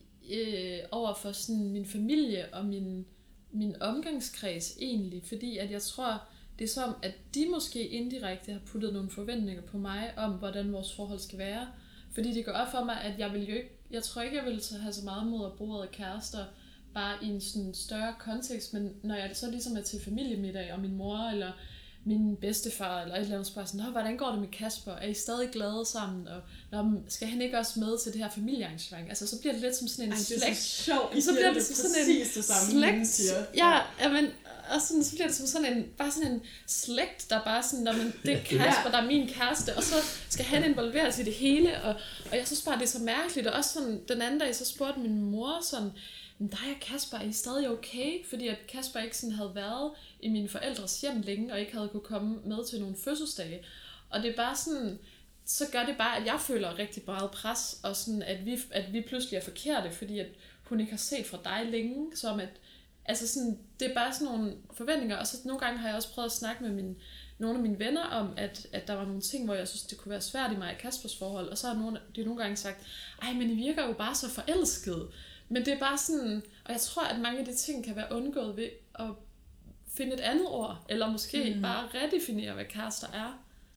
Speaker 3: øh, over for sådan min familie og min, min omgangskreds egentlig, fordi at jeg tror, det er som, at de måske indirekte har puttet nogle forventninger på mig om, hvordan vores forhold skal være. Fordi det går op for mig, at jeg vil jo ikke, jeg tror ikke, jeg vil have så meget mod at bruge kærester, bare i en sådan større kontekst, men når jeg så ligesom er til familiemiddag, og min mor eller min bedstefar eller et eller andet spørger sådan, hvordan går det med Kasper? Er I stadig glade sammen? Og når, skal han ikke også med til det her familiearrangement? Altså, så bliver det lidt som sådan en Ej, slægt.
Speaker 1: Det er så sjovt. I
Speaker 3: så bliver det, det som sådan en
Speaker 1: det samme,
Speaker 3: slægt. Ja, ja, men og sådan, så bliver det som sådan en, bare sådan en slægt, der bare sådan, når man, det er Kasper, der er min kæreste, og så skal han involveres i det hele, og, og jeg synes bare, det er så mærkeligt, og også sådan, den anden dag, så spurgte min mor sådan, dig og Kasper, er I stadig okay? Fordi at Kasper ikke sådan havde været i mine forældres hjem længe, og ikke havde kunne komme med til nogle fødselsdage. Og det er bare sådan, så gør det bare, at jeg føler rigtig meget pres, og sådan, at vi, at vi pludselig er forkerte, fordi at hun ikke har set fra dig længe, som at, altså sådan, det er bare sådan nogle forventninger, og så nogle gange har jeg også prøvet at snakke med min, nogle af mine venner om, at, at der var nogle ting, hvor jeg synes, det kunne være svært i mig og Kaspers forhold, og så har nogle, de nogle gange sagt, ej, men I virker jo bare så forelskede. Men det er bare sådan, og jeg tror, at mange af de ting kan være undgået ved at finde et andet ord, eller måske mm. bare redefinere, hvad kærester er.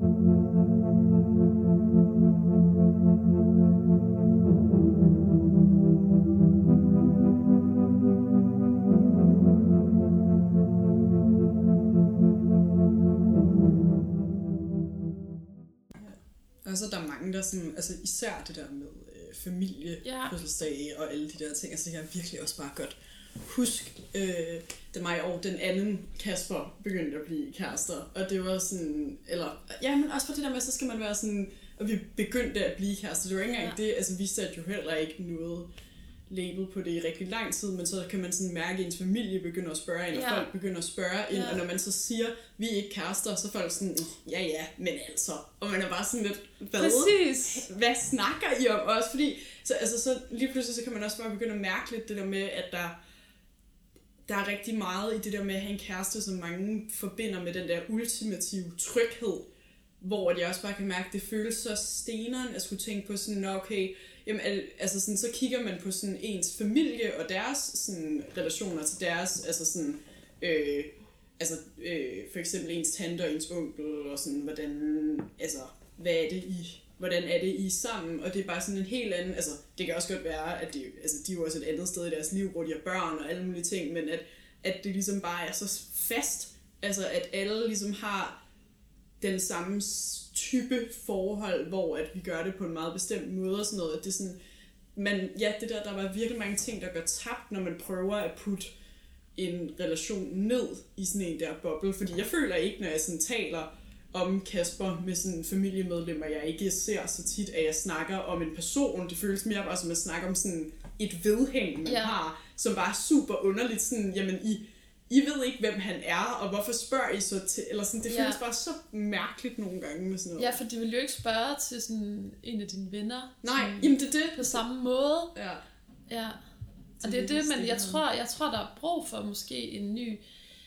Speaker 1: Og så er der mange, der sådan, altså især det der med familie, ja. fødselsdage og alle de der ting, altså jeg virkelig også bare godt huske, øh, da mig og den anden Kasper begyndte at blive kærester. Og det var sådan, eller, ja, men også på det der med, så skal man være sådan, og vi begyndte at blive kærester. Det var ikke engang ja. det, altså vi satte jo heller ikke noget label på det i rigtig lang tid, men så kan man sådan mærke, at ens familie begynder at spørge ind, og ja. folk begynder at spørge ind, ja. og når man så siger, vi er ikke kærester, så er folk sådan, ja ja, men altså, og man er bare sådan lidt, hvad?
Speaker 3: Præcis.
Speaker 1: Hvad snakker I om også? Fordi, så, altså, så lige pludselig, så kan man også bare begynde at mærke lidt det der med, at der, der er rigtig meget i det der med at have en kæreste, som mange forbinder med den der ultimative tryghed, hvor jeg også bare kan mærke, at det føles så steneren at skulle tænke på sådan, okay, jamen, altså sådan, så kigger man på sådan ens familie og deres sådan, relationer til deres, altså sådan, øh, altså øh, for eksempel ens tante og ens onkel, og sådan, hvordan, altså, hvad er det I, hvordan er det I sammen, og det er bare sådan en helt anden, altså, det kan også godt være, at de, altså, de er jo også et andet sted i deres liv, hvor de har børn og alle mulige ting, men at, at det ligesom bare er så fast, altså, at alle ligesom har den samme type forhold, hvor at vi gør det på en meget bestemt måde og sådan noget, at det er sådan, men ja, det der, der var virkelig mange ting, der går tabt, når man prøver at putte en relation ned i sådan en der boble, fordi jeg føler ikke, når jeg sådan taler om Kasper med sådan familiemedlemmer, jeg ikke ser så tit, at jeg snakker om en person, det føles mere bare som at snakke om sådan et vedhæng, man ja. har, som bare er super underligt, sådan, jamen I I ved ikke, hvem han er, og hvorfor spørger I så til, eller sådan, det føles ja. bare så mærkeligt nogle gange med sådan noget.
Speaker 3: Ja, for de vil jo ikke spørge til sådan en af dine venner.
Speaker 1: Nej, jamen det er det.
Speaker 3: På samme måde.
Speaker 1: Ja.
Speaker 3: Ja. Og det er det, men jeg tror, jeg tror, der er brug for måske en ny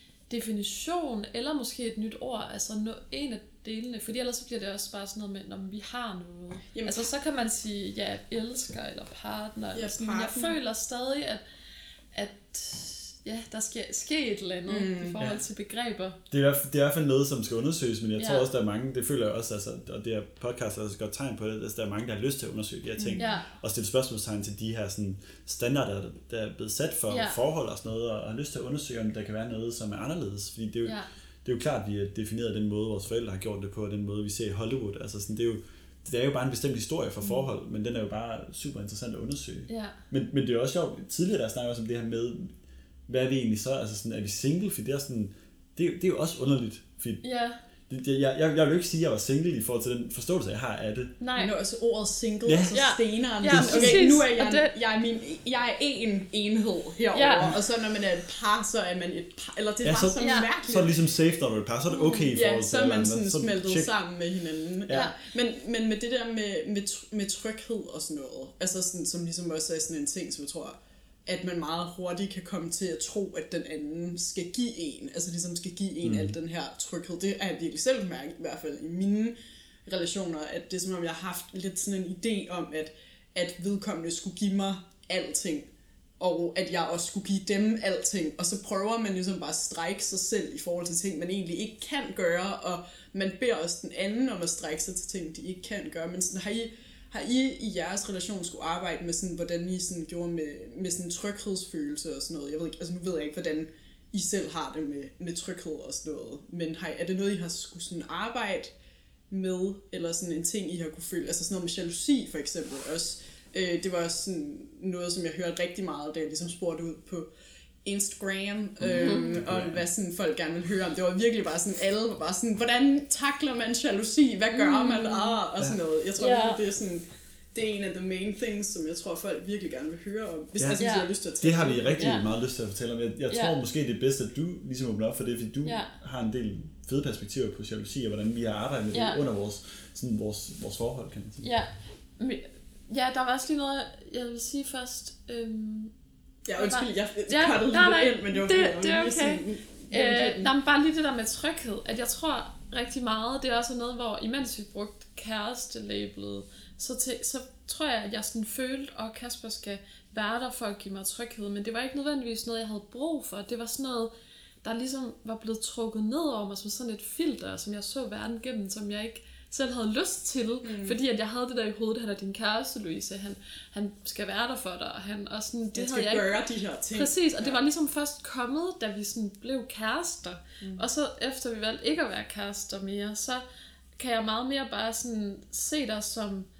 Speaker 3: definition, eller måske et nyt ord, altså no, en af delene, fordi ellers så bliver det også bare sådan noget med, når vi har noget. Jamen, altså så kan man sige, ja, elsker eller partner, ja, eller sådan, partner. Men jeg føler stadig, at, at ja, der skal ske et eller andet mm, i forhold ja. til begreber.
Speaker 2: Det er, det er i hvert fald noget, som skal undersøges, men jeg ja. tror også, der er mange, det føler jeg også, altså, og det er podcast er også et godt tegn på det, altså, der er mange, der har lyst til at undersøge de her ting, ja. og stille spørgsmålstegn til de her sådan, standarder, der er blevet sat for ja. forhold og sådan noget, og har lyst til at undersøge, om der kan være noget, som er anderledes, fordi det er jo, ja. det er jo klart, at vi har defineret den måde, vores forældre har gjort det på, og den måde, vi ser i Hollywood, altså sådan, det er jo det er jo bare en bestemt historie for forhold, mm. men den er jo bare super interessant at undersøge.
Speaker 3: Ja. Men,
Speaker 2: men det er også sjovt, tidligere der snakkede også om det her med, hvad er det egentlig så? Altså sådan, er vi single? For det er sådan, det er, det er jo også underligt. For
Speaker 3: ja.
Speaker 2: det, det, jeg, jeg, jeg vil jo ikke sige, at jeg var single i forhold til den forståelse, jeg har af det.
Speaker 3: Nej.
Speaker 1: Men også ordet single,
Speaker 2: ja.
Speaker 1: altså steneren.
Speaker 3: Ja,
Speaker 1: okay, nu er jeg, det... jeg er min, jeg er en enhed herover, ja. og så når man er et par, så er man et par, eller det er
Speaker 2: ja,
Speaker 1: bare
Speaker 2: så,
Speaker 1: så
Speaker 2: ja.
Speaker 1: mærkeligt.
Speaker 2: Så er det ligesom safe, når du er et par, så er det okay i
Speaker 1: ja,
Speaker 2: forhold til
Speaker 1: så er man sådan
Speaker 2: så
Speaker 1: smeltet
Speaker 2: check.
Speaker 1: sammen med hinanden.
Speaker 2: Ja.
Speaker 1: Ja. Men, men med det der med, med, med tryghed og sådan noget, altså sådan, som ligesom også er sådan en ting, som jeg tror, at man meget hurtigt kan komme til at tro, at den anden skal give en, altså ligesom skal give en mm. al den her tryghed. Det er jeg virkelig selv mærket, i hvert fald i mine relationer, at det er som om, jeg har haft lidt sådan en idé om, at, at vedkommende skulle give mig alting, og at jeg også skulle give dem alting, og så prøver man ligesom bare at strække sig selv i forhold til ting, man egentlig ikke kan gøre, og man beder også den anden om at strække sig til ting, de ikke kan gøre, men sådan har I... Har I i jeres relation skulle arbejde med sådan, hvordan I sådan gjorde med, med sådan tryghedsfølelse og sådan noget? Jeg ved ikke, altså nu ved jeg ikke, hvordan I selv har det med, med tryghed og sådan noget. Men har, er det noget, I har skulle sådan arbejde med, eller sådan en ting, I har kunne føle? Altså sådan noget med jalousi for eksempel også. Øh, det var også sådan noget, som jeg hørte rigtig meget, da jeg ligesom spurgte ud på Instagram, øhm, mm-hmm. om hvad sådan folk gerne vil høre om. Det var virkelig bare sådan, alle var bare sådan, hvordan takler man jalousi? Hvad gør man? Ah, og sådan noget. Jeg tror, yeah. det er sådan, det er en af the main things, som jeg tror, folk virkelig gerne vil høre om. Hvis,
Speaker 2: ja.
Speaker 1: altså, hvis
Speaker 2: ja.
Speaker 1: har lyst til at
Speaker 2: tale. Det har vi rigtig ja. meget lyst til at fortælle om. Jeg, jeg tror
Speaker 3: ja.
Speaker 2: måske, det er bedst, at du ligesom åbner op for det, fordi du
Speaker 3: ja.
Speaker 2: har en del fede perspektiver på jalousi, og hvordan vi har arbejdet med
Speaker 3: ja.
Speaker 2: det under vores, sådan vores, vores forhold, kan man sige.
Speaker 3: Ja. ja, der var også lige noget, jeg vil sige først. Øhm
Speaker 1: Ja, undskyld, jeg
Speaker 3: ja,
Speaker 1: kattede
Speaker 3: nej,
Speaker 1: lidt ind, men det var,
Speaker 3: det,
Speaker 1: det,
Speaker 3: det er okay.
Speaker 1: Sådan,
Speaker 3: øh, der er bare lige det der med tryghed, at jeg tror rigtig meget, det er også noget, hvor imens vi brugte kæreste-labelet, så, til, så tror jeg, at jeg sådan følte, at Kasper skal være der for at give mig tryghed, men det var ikke nødvendigvis noget, jeg havde brug for. Det var sådan noget, der ligesom var blevet trukket ned over mig som sådan et filter, som jeg så verden gennem, som jeg ikke selv havde lyst til, mm. fordi at jeg havde det der i hovedet, han er din kæreste, Louise, han, han skal være der for dig, og han og sådan, det
Speaker 1: han
Speaker 3: havde
Speaker 1: skal
Speaker 3: jeg
Speaker 1: gøre
Speaker 3: ikke...
Speaker 1: de her ting.
Speaker 3: Præcis, og det var ligesom først kommet, da vi sådan blev kærester, mm. og så efter vi valgte ikke at være kærester mere, så kan jeg meget mere bare sådan se dig som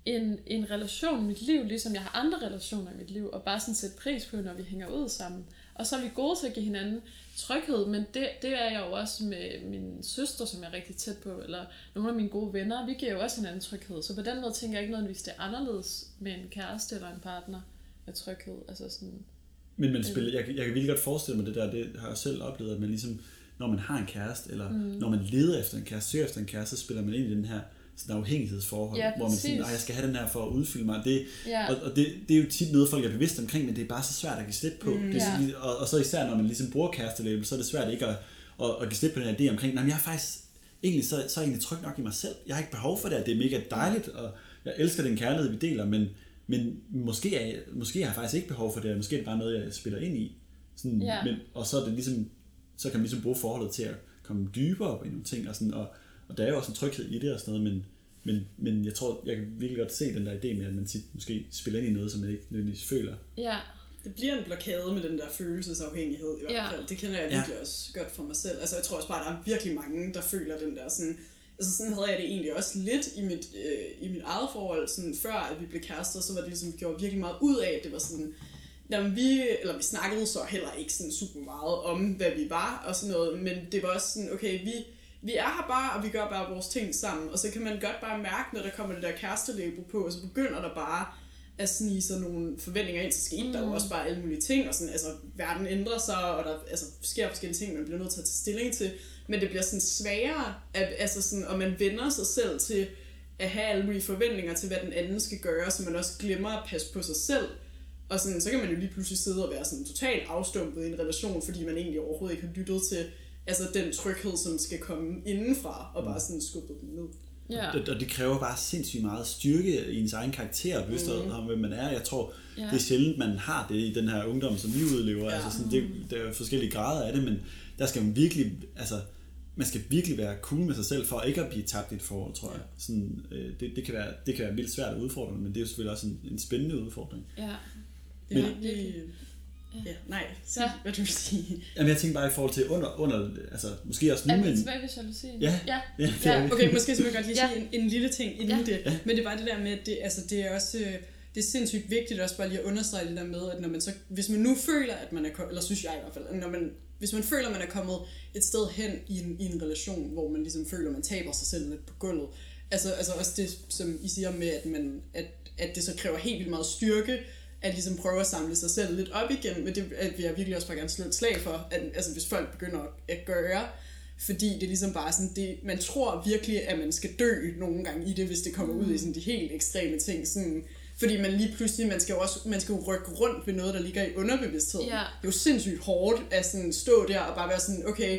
Speaker 3: en, en relation i mit liv, ligesom jeg har andre relationer i mit liv, og bare sådan sætte pris på, når vi hænger ud sammen. Og så er vi gode til at give hinanden tryghed, men det, det er jeg jo også med min søster, som jeg er rigtig tæt på, eller nogle af mine gode venner. Vi giver jo også hinanden tryghed, så på den måde tænker jeg ikke nødvendigvis, det er anderledes med en kæreste eller en partner med tryghed. Altså sådan,
Speaker 2: men man spiller, jeg, jeg kan virkelig godt forestille mig det der, det har jeg selv oplevet, at man ligesom, når man har en kæreste, eller mm. når man leder efter en kæreste, søger efter en kæreste, så spiller man ind i den her sådan afhængighedsforhold,
Speaker 3: ja,
Speaker 2: hvor man siger, jeg skal have den her for at udfylde mig. Det,
Speaker 3: ja.
Speaker 2: Og, og det, det er jo tit noget, folk er bevidst omkring, men det er bare så svært at give slip på. Mm, det er, ja. og, og så især, når man ligesom bruger kærestelabel, så er det svært ikke at, at, at give slip på den her idé omkring, nej, men jeg er faktisk, egentlig, så, så er jeg egentlig tryg nok i mig selv. Jeg har ikke behov for det, det er mega dejligt, og jeg elsker den kærlighed, vi deler, men, men måske, er jeg, måske har jeg faktisk ikke behov for det, måske er det bare noget, jeg spiller ind i. Sådan, ja. men, og så er det ligesom, så kan man ligesom bruge forholdet til at komme dybere på nogle ting, og, sådan, og, og der er jo også en tryghed i det og sådan noget, men Men, men jeg tror, jeg kan virkelig godt se den der idé med, at man tit måske spiller ind i noget, som man ikke nødvendigvis føler.
Speaker 3: Ja.
Speaker 1: Det bliver en blokade med den der følelsesafhængighed i hvert
Speaker 3: ja.
Speaker 1: fald. Det kender jeg virkelig ja. også godt for mig selv. Altså jeg tror også bare, at der er virkelig mange, der føler den der sådan... Altså sådan havde jeg det egentlig også lidt i mit, øh, i mit eget forhold. Sådan, før at vi blev kærester, så var det ligesom, vi gjorde virkelig meget ud af. Det var sådan... Jamen, vi, eller vi snakkede så heller ikke sådan super meget om, hvad vi var og sådan noget. Men det var også sådan, okay, vi... Vi er her bare, og vi gør bare vores ting sammen. Og så kan man godt bare mærke, når der kommer det der kærestelabel på, og så begynder der bare at snige sig nogle forventninger ind. Så skete mm. der jo også bare alle mulige ting, og sådan, altså, verden ændrer sig, og der altså, sker forskellige ting, man bliver nødt til at tage stilling til. Men det bliver sådan sværere, at, altså sådan, og man vender sig selv til at have alle mulige forventninger til, hvad den anden skal gøre, så man også glemmer at passe på sig selv. Og sådan, så kan man jo lige pludselig sidde og være sådan totalt afstumpet i en relation, fordi man egentlig overhovedet ikke har lyttet til altså den tryghed, som skal komme indenfra, og bare sådan skubbe den ned.
Speaker 3: Ja.
Speaker 2: Og det kræver bare sindssygt meget styrke i ens egen karakter, og bevidsthed mm. om, hvem man er. Jeg tror, ja. det er sjældent, man har det i den her ungdom, som vi udlever. Ja. Altså sådan, det, der er forskellige grader af det, men der skal man virkelig, altså, man skal virkelig være cool med sig selv, for ikke at blive tabt i et forhold, tror jeg. Sådan, øh, det, det, kan være, det kan være vildt svært at udfordre, men det er jo selvfølgelig også en, en spændende udfordring.
Speaker 3: Ja.
Speaker 1: Men, ja, virkelig. Ja, nej, så ja. Hvad du vil sige?
Speaker 2: Jamen jeg tænker bare i forhold til under, under altså måske også nu,
Speaker 3: men... Er vi tilbage ved jalousien?
Speaker 2: Ja,
Speaker 3: ja.
Speaker 2: ja,
Speaker 1: ja. Okay, måske skal vi godt lige sige ja. en, en lille ting inden
Speaker 3: ja.
Speaker 1: det, ja. men det er bare det der med, at det, altså, det er også, det er sindssygt vigtigt også bare lige at understrege det der med, at når man så, hvis man nu føler, at man er, eller synes jeg i hvert fald, når man, hvis man føler, at man er kommet et sted hen i en, i en relation, hvor man ligesom føler, at man taber sig selv lidt på gulvet, altså, altså også det, som I siger med, at, man, at, at det så kræver helt vildt meget styrke, at ligesom prøve at samle sig selv lidt op igen, men det vil jeg virkelig også bare gerne slå et slag for, at, altså hvis folk begynder at gøre, fordi det er ligesom bare sådan, det, man tror virkelig, at man skal dø nogle gange i det, hvis det kommer mm. ud i sådan de helt ekstreme ting, sådan, fordi man lige pludselig, man skal jo også, man skal jo rykke rundt ved noget, der ligger i underbevidstheden.
Speaker 3: Ja.
Speaker 1: Det er jo sindssygt hårdt at sådan stå der og bare være sådan, okay,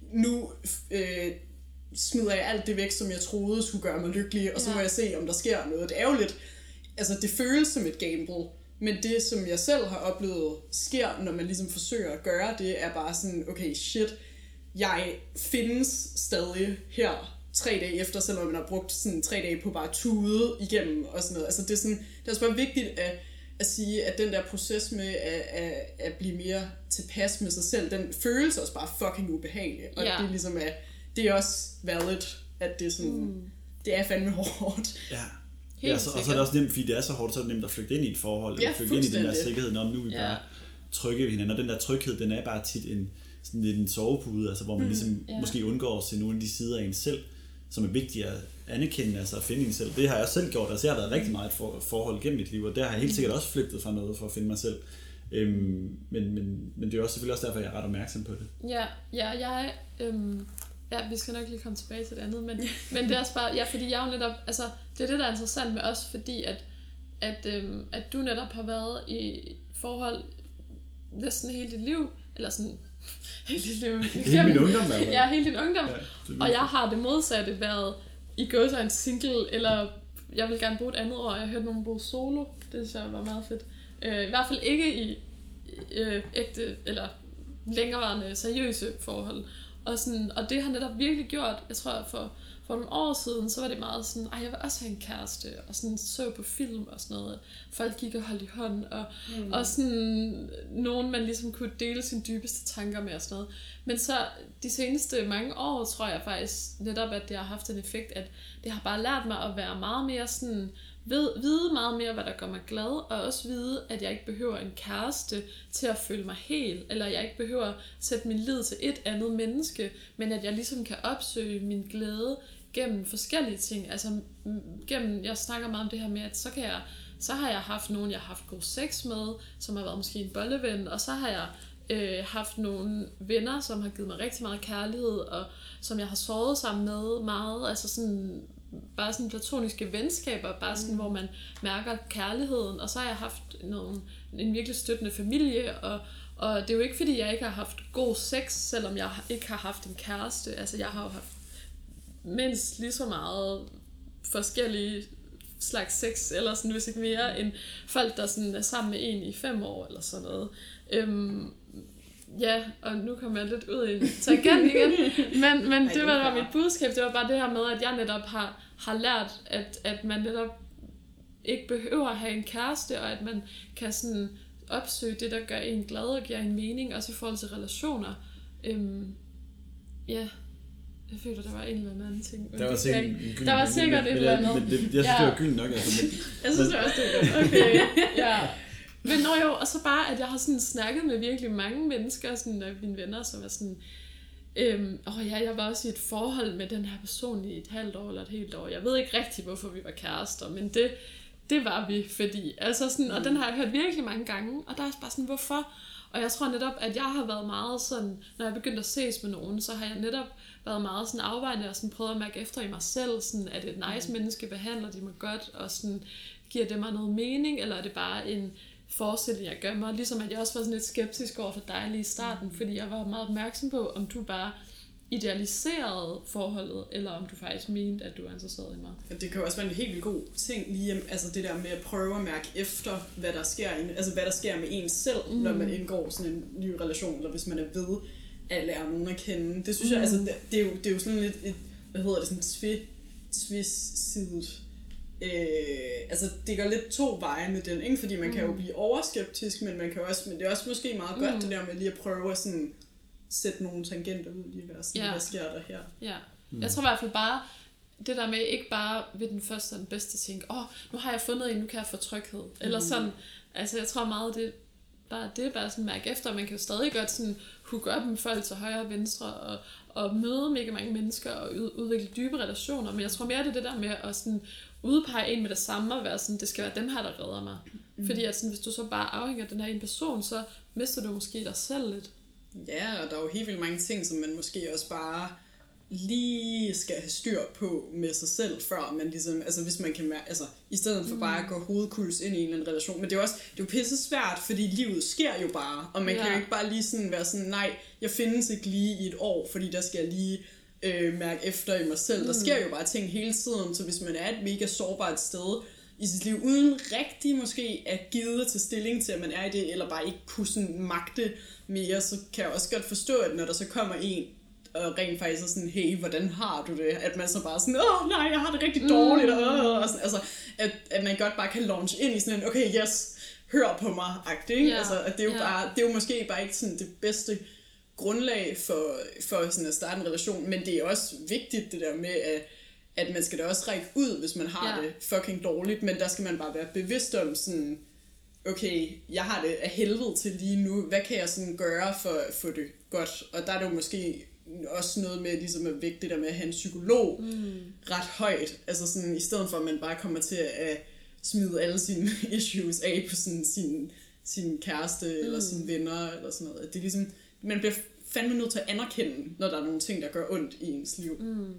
Speaker 1: nu øh, smider jeg alt det væk, som jeg troede skulle gøre mig lykkelig, og så ja. må jeg se, om der sker noget. Det er jo lidt, altså det føles som et gamble. Men det, som jeg selv har oplevet sker, når man ligesom forsøger at gøre det, er bare sådan, okay, shit, jeg findes stadig her tre dage efter, selvom man har brugt sådan tre dage på bare tude igennem og sådan noget. Altså det er sådan, det er også bare vigtigt at, at sige, at den der proces med at, at, at blive mere tilpas med sig selv, den føles også bare fucking ubehagelig. Og
Speaker 3: ja.
Speaker 1: det er ligesom, at det er også valid, at det er sådan, mm. det er fandme hårdt.
Speaker 2: Ja. Ja, så, og så er det også nemt, fordi det er så hårdt, så er det nemt at flygte ind i et forhold, eller
Speaker 1: ja,
Speaker 2: flygte ind i den der sikkerhed, når nu er vi
Speaker 3: ja.
Speaker 2: bare trygge ved hinanden, og den der tryghed, den er bare tit en, sådan lidt en sovepude, altså, hvor man ligesom
Speaker 3: mm, yeah.
Speaker 2: måske undgår til nogle af de sider af en selv, som er vigtige at anerkende, altså at finde en selv. Det har jeg selv gjort, altså jeg har været rigtig meget for, forhold gennem mit liv, og der har jeg helt sikkert også flygtet fra noget for at finde mig selv. Øhm, men, men, men det er også selvfølgelig også derfor, jeg er ret opmærksom på det.
Speaker 3: Ja, ja jeg... Øhm Ja, vi skal nok lige komme tilbage til det andet, men, men det er også bare, ja, fordi jeg jo netop, altså, det er det, der er interessant med os, fordi at, at, øhm, at du netop har været i forhold næsten hele dit liv, eller sådan, hele dit liv.
Speaker 2: Hele min ungdom, altså.
Speaker 3: Ja, hele din ungdom,
Speaker 2: ja,
Speaker 3: og jeg har det modsatte været, I går så en single, eller jeg vil gerne bruge et andet ord, jeg har hørt nogen bruge solo, det synes jeg var meget fedt. Øh, I hvert fald ikke i øh, ægte, eller længerevarende seriøse forhold. Og, sådan, og det har netop virkelig gjort, jeg tror for, for nogle år siden, så var det meget sådan, ej jeg vil også have en kæreste, og sådan så på film og sådan noget, folk gik og holdt i hånd, og, mm. og sådan nogen man ligesom kunne dele sine dybeste tanker med og sådan noget. Men så de seneste mange år, tror jeg faktisk netop, at det har haft en effekt, at det har bare lært mig at være meget mere sådan ved, vide meget mere, hvad der gør mig glad, og også vide, at jeg ikke behøver en kæreste til at føle mig hel, eller jeg ikke behøver at sætte min lid til et andet menneske, men at jeg ligesom kan opsøge min glæde gennem forskellige ting. Altså gennem, jeg snakker meget om det her med, at så kan jeg, så har jeg haft nogen, jeg har haft god sex med, som har været måske en bolleven, og så har jeg øh, haft nogle venner, som har givet mig rigtig meget kærlighed, og som jeg har sovet sammen med meget, altså sådan bare sådan platoniske venskaber, bare sådan, mm. hvor man mærker kærligheden, og så har jeg haft nogle, en virkelig støttende familie, og, og det er jo ikke fordi, jeg ikke har haft god sex, selvom jeg ikke har haft en kæreste, altså jeg har jo haft mindst lige så meget forskellige slags sex, eller sådan, hvis ikke mere, end folk, der sådan er sammen med en i fem år, eller sådan noget. Øhm, ja, og nu kommer jeg lidt ud i tangent igen, men, men det var, var mit budskab, det var bare det her med, at jeg netop har, har lært, at, at man netop ikke behøver at have en kæreste, og at man kan sådan opsøge det, der gør en glad og giver en mening, også i forhold til relationer. Øhm, ja, jeg føler, der var en eller anden ting.
Speaker 2: Der var sikkert, jeg,
Speaker 3: der var sikkert et eller andet.
Speaker 2: Men det, jeg synes, ja. det var gylden nok. Altså, men,
Speaker 3: jeg synes det også, det var godt. Okay, ja. Men når jo, og så bare, at jeg har sådan snakket med virkelig mange mennesker, sådan af mine venner, som er sådan, øhm, åh ja, jeg var også i et forhold med den her person i et halvt år eller et helt år. Jeg ved ikke rigtig, hvorfor vi var kærester, men det, det var vi, fordi, altså sådan, og den har jeg hørt virkelig mange gange, og der er bare sådan, hvorfor? Og jeg tror netop, at jeg har været meget sådan, når jeg begyndte at ses med nogen, så har jeg netop været meget sådan afvejende og sådan prøvet at mærke efter i mig selv, sådan, at et nice menneske behandler de mig godt, og sådan, giver det mig noget mening, eller er det bare en forestilling, jeg gør mig, ligesom at jeg også var sådan lidt skeptisk over for dig lige i starten, fordi jeg var meget opmærksom på, om du bare idealiserede forholdet, eller om du faktisk mente, at du var interesseret i mig.
Speaker 1: Det kan jo også være en helt vildt god ting, lige altså det der med at prøve at mærke efter, hvad der sker, altså hvad der sker med en selv, mm. når man indgår sådan en ny relation, eller hvis man er ved at lære nogen at kende. Det synes mm. jeg, altså det, det, er jo, det er jo sådan lidt et, hvad hedder det, sådan tvi, tvis-sidet. Øh, altså det går lidt to veje med den, ikke? Fordi man mm. kan jo blive overskeptisk, men man kan også, men det er også måske meget godt mm. det der med lige at prøve at sådan sætte nogle tangenter ud lige være sådan, ja. Hvad sker der her?
Speaker 3: Ja. Mm. Jeg tror i hvert fald bare det der med ikke bare ved den første og den bedste ting, åh, oh, nu har jeg fundet en, nu kan jeg få tryghed, mm. eller sådan, altså jeg tror meget det bare det er bare sådan mærke efter, man kan jo stadig godt sådan hook op med folk til højre og venstre og, og møde mega mange mennesker og udvikle dybe relationer, men jeg tror mere det er det der med at sådan udpege en med det samme og være sådan, det skal være dem her, der redder mig. Mm. Fordi at sådan, hvis du så bare afhænger af den her en person, så mister du måske dig selv lidt.
Speaker 1: Ja, og der er jo helt vildt mange ting, som man måske også bare lige skal have styr på med sig selv, før man ligesom, altså hvis man kan mærke, altså i stedet for bare at gå hovedkuls ind i en eller anden relation, men det er jo også, det er jo pisse svært, fordi livet sker jo bare, og man ja. kan jo ikke bare lige sådan være sådan, nej, jeg findes ikke lige i et år, fordi der skal jeg lige øh, mærke efter i mig selv, mm. der sker jo bare ting hele tiden, så hvis man er et mega sårbart sted i sit liv, uden rigtig måske at give til stilling til, at man er i det, eller bare ikke kunne sådan magte mere, så kan jeg også godt forstå, at når der så kommer en, og rent faktisk er sådan, hey, hvordan har du det? At man så bare sådan, åh nej, jeg har det rigtig dårligt, mm. og sådan, altså, at, at man godt bare kan launch ind i sådan en, okay, yes, hør på mig, agtig, ikke? Yeah. Altså, at det er jo yeah. bare, det er jo måske bare ikke sådan det bedste grundlag for, for sådan at starte en relation, men det er også vigtigt det der med, at, at man skal da også række ud, hvis man har yeah. det fucking dårligt, men der skal man bare være bevidst om sådan, okay, jeg har det af helvede til lige nu, hvad kan jeg sådan gøre for at få det godt? Og der er det jo måske også noget med ligesom at vægte det der med at have en psykolog mm. ret højt, altså sådan i stedet for at man bare kommer til at smide alle sine issues af på sådan sin, sin kæreste mm. eller sine venner eller sådan noget. Det er ligesom, man bliver fandme nødt til at anerkende, når der er nogle ting, der gør ondt i ens liv.
Speaker 3: Mm.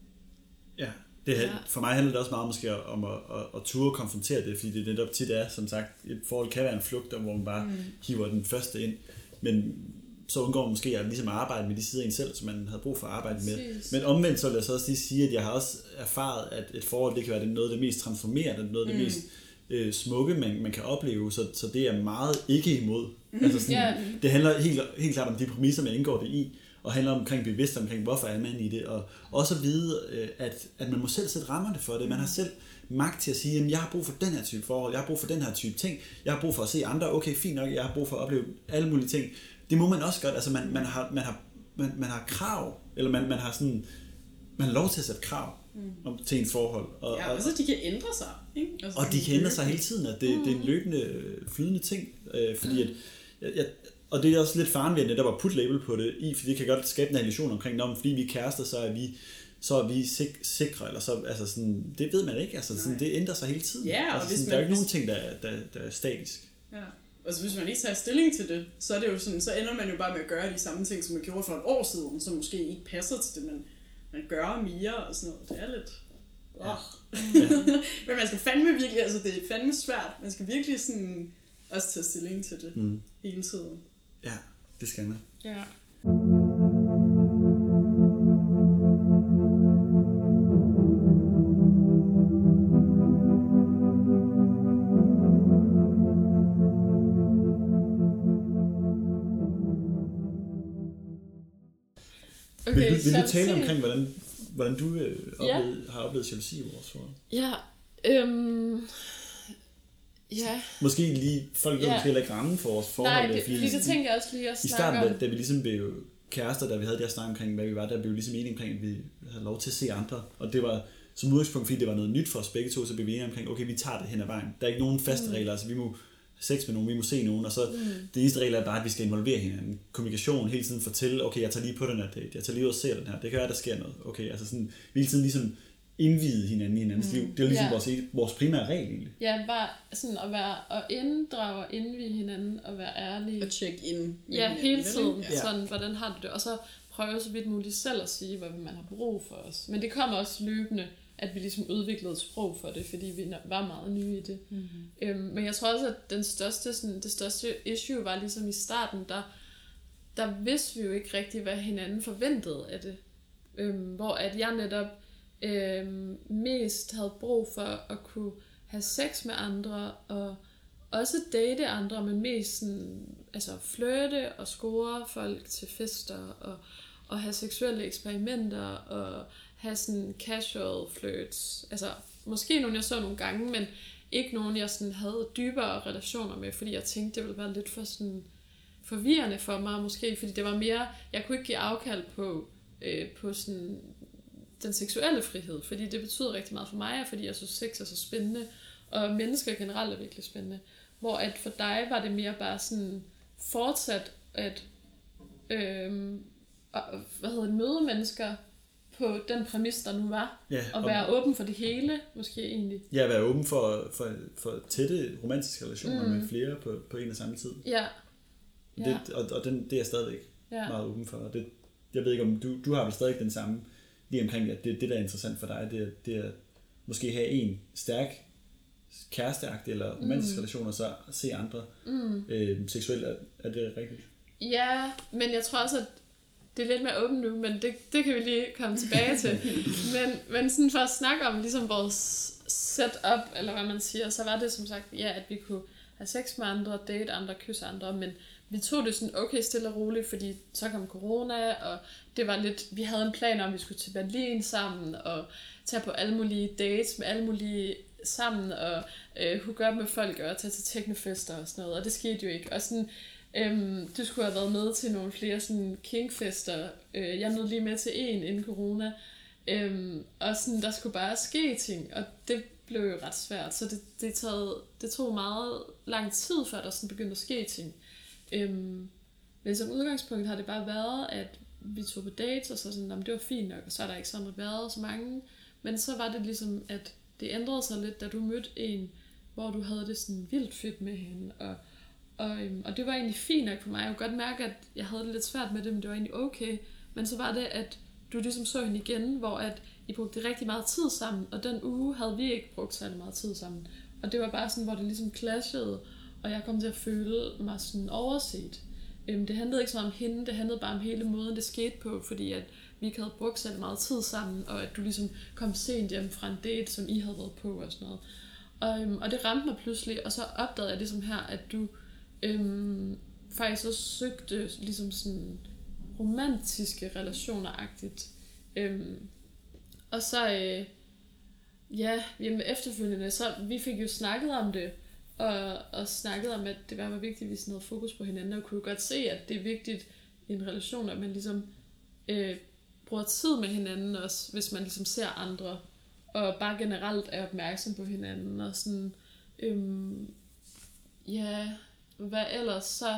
Speaker 2: Ja, det, ja. For mig handler det også meget måske om at, at, at ture og konfrontere det, fordi det netop tit er, som sagt, et forhold kan være en flugt, hvor man bare mm. hiver den første ind, men så undgår man måske at ligesom arbejde med de sider af en selv, som man havde brug for at arbejde med. Præcis. Men omvendt så vil jeg så også lige sige, at jeg har også erfaret, at et forhold, det kan være noget af det mest transformerende, noget af det mm. mest øh, smukke, man, man kan opleve, så, så det er meget ikke imod. Mm. Altså sådan, yeah. Det handler helt, helt klart om de præmisser, man indgår det i, og handler omkring bevidst omkring, hvorfor er man i det, og også at vide, at, at man må selv sætte rammerne for det. Man har selv magt til at sige, at jeg har brug for den her type forhold, jeg har brug for den her type ting, jeg har brug for at se andre, okay, fint nok, jeg har brug for at opleve alle mulige ting. Det må man også godt, altså man, man, har, man, har, man, man har krav, eller man, man har sådan, man har lov til at sætte krav mm. om, til ens forhold. Og,
Speaker 1: ja, og så de kan ændre sig. Ikke? Altså,
Speaker 2: og de kan ændre sig hele tiden, at det, mm. det er en løbende flydende ting. Øh, fordi at, jeg, jeg, og det er også lidt faren ved, at der var put label på det i, fordi det kan godt skabe en illusion omkring, når fordi vi er kærester, så er vi så er vi sik- sikre, eller så, altså sådan, det ved man ikke, altså sådan, det ændrer sig hele tiden.
Speaker 1: Ja, og
Speaker 2: altså
Speaker 1: hvis
Speaker 2: sådan,
Speaker 1: man,
Speaker 2: der er jo ikke nogen ting, der, er- der, der er statisk.
Speaker 1: Ja. Og så hvis man ikke tager stilling til det, så er det jo sådan, så ender man jo bare med at gøre de samme ting, som man gjorde for et år siden, som måske ikke passer til det, men man gør mere og sådan noget. Det er lidt... Oh. Ja. Men man skal fandme virkelig, altså det er fandme svært. Man skal virkelig sådan også tage stilling til det mm. hele tiden.
Speaker 2: Ja, det skal man.
Speaker 3: Ja.
Speaker 2: Okay, vil, vil du tale omkring, hvordan, hvordan du øh, oplevede, ja. har oplevet jalousi i vores forhold?
Speaker 3: Ja, øhm, ja.
Speaker 2: Måske lige, folk ved ja. måske ikke rammen for vores forhold.
Speaker 3: Nej, det, fordi det tænker jeg også lige at snakke om.
Speaker 2: I starten, da, da vi ligesom blev kærester, da vi havde det her snak omkring, hvad vi var, der blev vi ligesom enige omkring, at vi havde lov til at se andre. Og det var som udgangspunkt, fordi det var noget nyt for os begge to, så blev vi enige omkring, okay, vi tager det hen ad vejen. Der er ikke nogen faste mm. regler, altså vi må sex med nogen, vi må se nogen, og så mm. det eneste regel er bare, at vi skal involvere hinanden. Kommunikation, hele tiden fortælle, okay, jeg tager lige på den her date, jeg tager lige ud og ser den her, det kan være, der sker noget. Okay, altså sådan, vi hele tiden ligesom indvide hinanden i hinandens mm. liv. Det er ligesom ja. vores, vores primære regel egentlig.
Speaker 3: Ja, bare sådan at være, og inddrage og indvide hinanden, og være ærlig.
Speaker 1: Og check ind.
Speaker 3: Ja, hele tiden. Ja. Sådan, hvordan har du det? Og så prøve så vidt muligt selv at sige, hvad man har brug for os. Men det kommer også løbende, at vi ligesom udviklede et sprog for det, fordi vi var meget nye i det. Mm-hmm. Øhm, men jeg tror også, at den største, sådan, det største issue var ligesom i starten, der, der vidste vi jo ikke rigtigt, hvad hinanden forventede af det. Øhm, hvor at jeg netop øhm, mest havde brug for at kunne have sex med andre, og også date andre, men mest sådan, altså flirte og score folk til fester, og, og have seksuelle eksperimenter, og have sådan casual flirts. Altså, måske nogen, jeg så nogle gange, men ikke nogen, jeg sådan havde dybere relationer med, fordi jeg tænkte, det ville være lidt for sådan forvirrende for mig, måske, fordi det var mere, jeg kunne ikke give afkald på, øh, på sådan den seksuelle frihed, fordi det betyder rigtig meget for mig, fordi jeg synes, sex er så spændende, og mennesker generelt er virkelig spændende. Hvor at for dig var det mere bare sådan fortsat at øh, hvad hedder det, møde mennesker på den præmis, der nu var,
Speaker 2: ja,
Speaker 3: og være og, åben for det hele, måske egentlig.
Speaker 2: Ja, være åben for, for, for tætte romantiske relationer mm. med flere på, på en og samme tid.
Speaker 3: Ja.
Speaker 2: Det,
Speaker 3: ja.
Speaker 2: Og, og den, det er jeg stadigvæk
Speaker 3: ja.
Speaker 2: meget åben for. Det, jeg ved ikke, om du, du har vel stadig den samme, lige omkring, at det, det der er interessant for dig, det er, det er måske have en stærk kæresteagt eller romantisk mm. relation, og så se andre mm. øh, seksuelt. Er, er det rigtigt?
Speaker 3: Ja, men jeg tror også, at det er lidt mere åbent nu, men det, det kan vi lige komme tilbage til. Men, men sådan for at snakke om ligesom vores setup, eller hvad man siger, så var det som sagt, ja, at vi kunne have sex med andre, date andre, kysse andre, men vi tog det sådan okay stille og roligt, fordi så kom corona, og det var lidt, vi havde en plan om, at vi skulle til Berlin sammen, og tage på alle mulige dates med alle mulige sammen, og øh, hooke op med folk, og tage til teknofester og sådan noget, og det skete jo ikke. Og sådan, øhm, du skulle have været med til nogle flere sådan kingfester. Øh, jeg nåede lige med til en inden corona, øhm, og sådan, der skulle bare ske ting, og det blev jo ret svært, så det, det, taget, det tog meget lang tid, før der sådan begyndte at ske ting. Øhm, men som udgangspunkt har det bare været, at vi tog på dates, og så sådan, jamen, det var fint nok, og så er der ikke sådan været så mange, men så var det ligesom, at det ændrede sig lidt, da du mødte en, hvor du havde det sådan vildt fedt med hende, og, og, øhm, og det var egentlig fint nok for mig. Jeg kunne godt mærke, at jeg havde det lidt svært med det, men det var egentlig okay. Men så var det, at du ligesom så hende igen, hvor at I brugte rigtig meget tid sammen, og den uge havde vi ikke brugt særlig meget tid sammen. Og det var bare sådan, hvor det ligesom clashede, og jeg kom til at føle mig sådan overset. Øhm, det handlede ikke så meget om hende, det handlede bare om hele måden, det skete på, fordi at vi ikke havde brugt særlig meget tid sammen, og at du ligesom kom sent hjem fra en date, som I havde været på og sådan noget. Og, øhm, og det ramte mig pludselig, og så opdagede jeg ligesom her, at du øhm, faktisk også søgte ligesom sådan romantiske relationer-agtigt. Øhm, og så, øh, ja, jamen efterfølgende, så vi fik jo snakket om det, og, og snakket om, at det var vigtigt, at vi sådan havde fokus på hinanden, og kunne godt se, at det er vigtigt i en relation, at man ligesom øh, bruger tid med hinanden også, hvis man ligesom ser andre, og bare generelt er opmærksom på hinanden, og sådan, øhm, ja, hvad ellers så...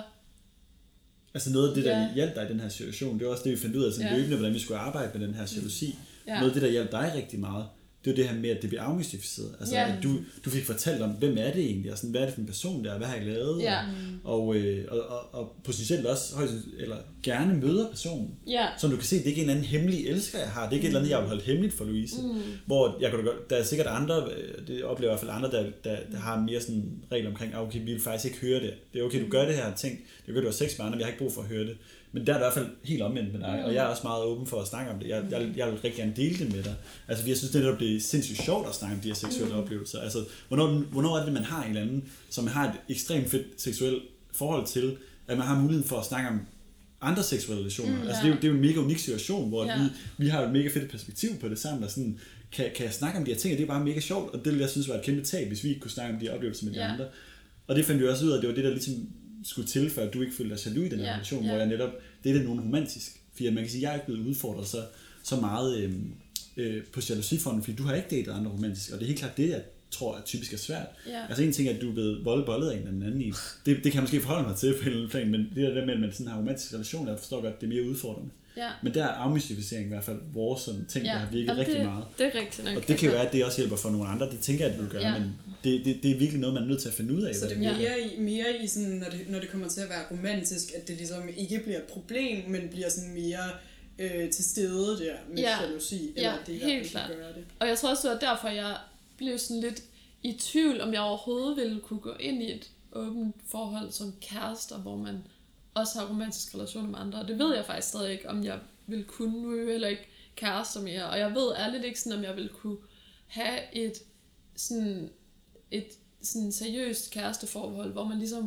Speaker 2: Altså noget af det, der
Speaker 3: ja.
Speaker 2: hjalp dig i den her situation, det var også det, vi fandt ud af sådan
Speaker 3: ja.
Speaker 2: løbende, hvordan vi skulle arbejde med den her jalousi.
Speaker 3: Ja.
Speaker 2: Noget af det, der hjalp dig rigtig meget, det var det her med, at det blev afmystificeret. Altså,
Speaker 3: ja.
Speaker 2: at du, du fik fortalt om, hvem er det egentlig, og sådan, hvad er det for en person, der er, hvad har jeg lavet,
Speaker 3: ja.
Speaker 2: og, øh, og, og, og potentielt også højst, eller gerne møder personen,
Speaker 3: ja.
Speaker 2: så du kan se, det er ikke en anden hemmelig elsker, jeg har, det er ikke mm. et eller andet, jeg vil holde hemmeligt for Louise, mm. hvor jeg kunne, der er sikkert andre, det oplever i hvert fald andre, der, der, der har mere sådan regler omkring, okay, vi vil faktisk ikke høre det, det er okay, du gør det her ting, det er okay, du har sex med andre, men jeg har ikke brug for at høre det. Men der er det i hvert fald helt omvendt med dig, mm. og jeg er også meget åben for at snakke om det. Jeg, jeg, jeg vil rigtig gerne dele det med dig. Altså, jeg synes, det er netop det er sindssygt sjovt at snakke om de her seksuelle mm. oplevelser. Altså, hvornår, hvornår er det, man har en eller anden, som har et ekstremt fedt seksuelt forhold til, at man har muligheden for at snakke om andre seksuelle relationer. Mm, altså, det er, jo, det er jo en mega unik situation, hvor ja. vi, vi har et mega fedt perspektiv på det sammen, og sådan, kan, kan jeg snakke om de her ting, og det er bare mega sjovt, og det ville jeg synes var et kæmpe tab, hvis vi ikke kunne snakke om de her oplevelser med de ja. andre. Og det fandt vi også ud af, at det var det, der ligesom skulle til, for at du ikke følte dig jaloux i den her yeah, relation, yeah. hvor jeg netop, det er det nogen romantisk. Fordi man kan sige, at jeg er ikke blevet udfordret så, så meget øh, øh, på jalousifonden, fordi du har ikke datet andre romantisk, og det er helt klart det, jeg tror er typisk er svært. Yeah. Altså en ting er, at du er blevet voldbollet af en eller anden i. Det, det kan jeg måske forholde mig til på en eller anden plan, men det er det med, at man sådan har romantisk relation, jeg forstår godt, det er mere udfordrende. Yeah. Men der er afmystificering i hvert fald vores sådan, ting, yeah. der har virket Jamen, rigtig
Speaker 3: det,
Speaker 2: meget.
Speaker 3: Det er rigtigt nok.
Speaker 2: Og det kan jo være, at det også hjælper for nogle andre, det tænker jeg, at du vil gøre, yeah. men det, det, det er virkelig noget, man er nødt til at finde ud af.
Speaker 1: Så det er mere i, mere i sådan, når det, når det kommer til at være romantisk, at det ligesom ikke bliver et problem, men bliver sådan mere øh, til stede der med ja. jalousi, eller
Speaker 3: ja,
Speaker 1: det,
Speaker 3: helt klart. Gøre det. Og jeg tror også, det var derfor, jeg blev sådan lidt i tvivl, om jeg overhovedet ville kunne gå ind i et åbent forhold som kærester, hvor man også har romantiske relationer med andre. Og det ved jeg faktisk stadig ikke, om jeg vil kunne. Nu er jeg heller ikke kærester mere, og jeg ved ærligt ikke, sådan, om jeg vil kunne have et sådan et sådan seriøst kæresteforhold, hvor man ligesom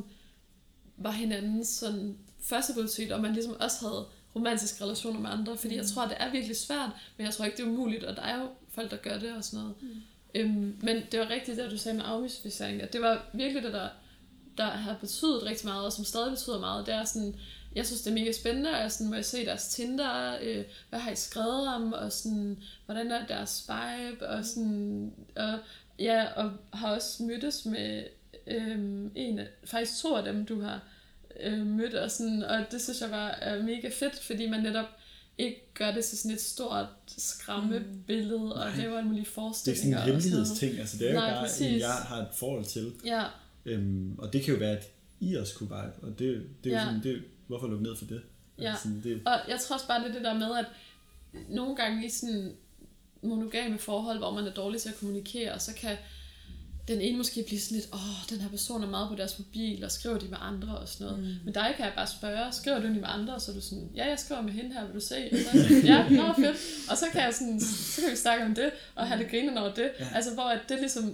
Speaker 3: var hinandens sådan første prioritet, og man ligesom også havde romantiske relationer med andre, fordi mm. jeg tror, det er virkelig svært, men jeg tror ikke, det er umuligt, og der er jo folk, der gør det og sådan noget. Mm. Øhm, men det var rigtigt, det du sagde med afmystificering, at det var virkelig det, der, der har betydet rigtig meget, og som stadig betyder meget. Det er sådan, jeg synes, det er mega spændende, og sådan, må jeg se deres Tinder, øh, hvad har I skrevet om, og sådan, hvordan er deres vibe, og sådan, og ja, og har også mødtes med øhm, en af, faktisk to af dem, du har øh, mødt, og, sådan, og det synes jeg var øh, mega fedt, fordi man netop ikke gør det til sådan et stort skræmmebillede, mm. og det var en mulig forestillinger.
Speaker 2: Det er sådan en hemmelighedsting, altså det er Nej, jo bare
Speaker 3: præcis.
Speaker 2: en, jeg har et forhold til.
Speaker 3: Ja.
Speaker 2: Øhm, og det kan jo være, at I også kunne vibe, og det, det er jo ja. sådan, det, hvorfor lukke ned for det?
Speaker 3: Ja,
Speaker 2: altså sådan, det...
Speaker 3: og jeg tror også bare, det er det der med, at nogle gange i sådan monogame forhold, hvor man er dårlig til at kommunikere, så kan den ene måske blive sådan lidt, åh, den her person er meget på deres mobil, og skriver de med andre og sådan noget. Mm. Men dig kan jeg bare spørge, skriver du med andre, og så er du sådan, ja, jeg skriver med hende her, vil du se? Og så, ja, nå, fedt. Og så kan jeg sådan, så kan vi snakke om det, og have det grinende over det. Ja. Altså, hvor at det ligesom,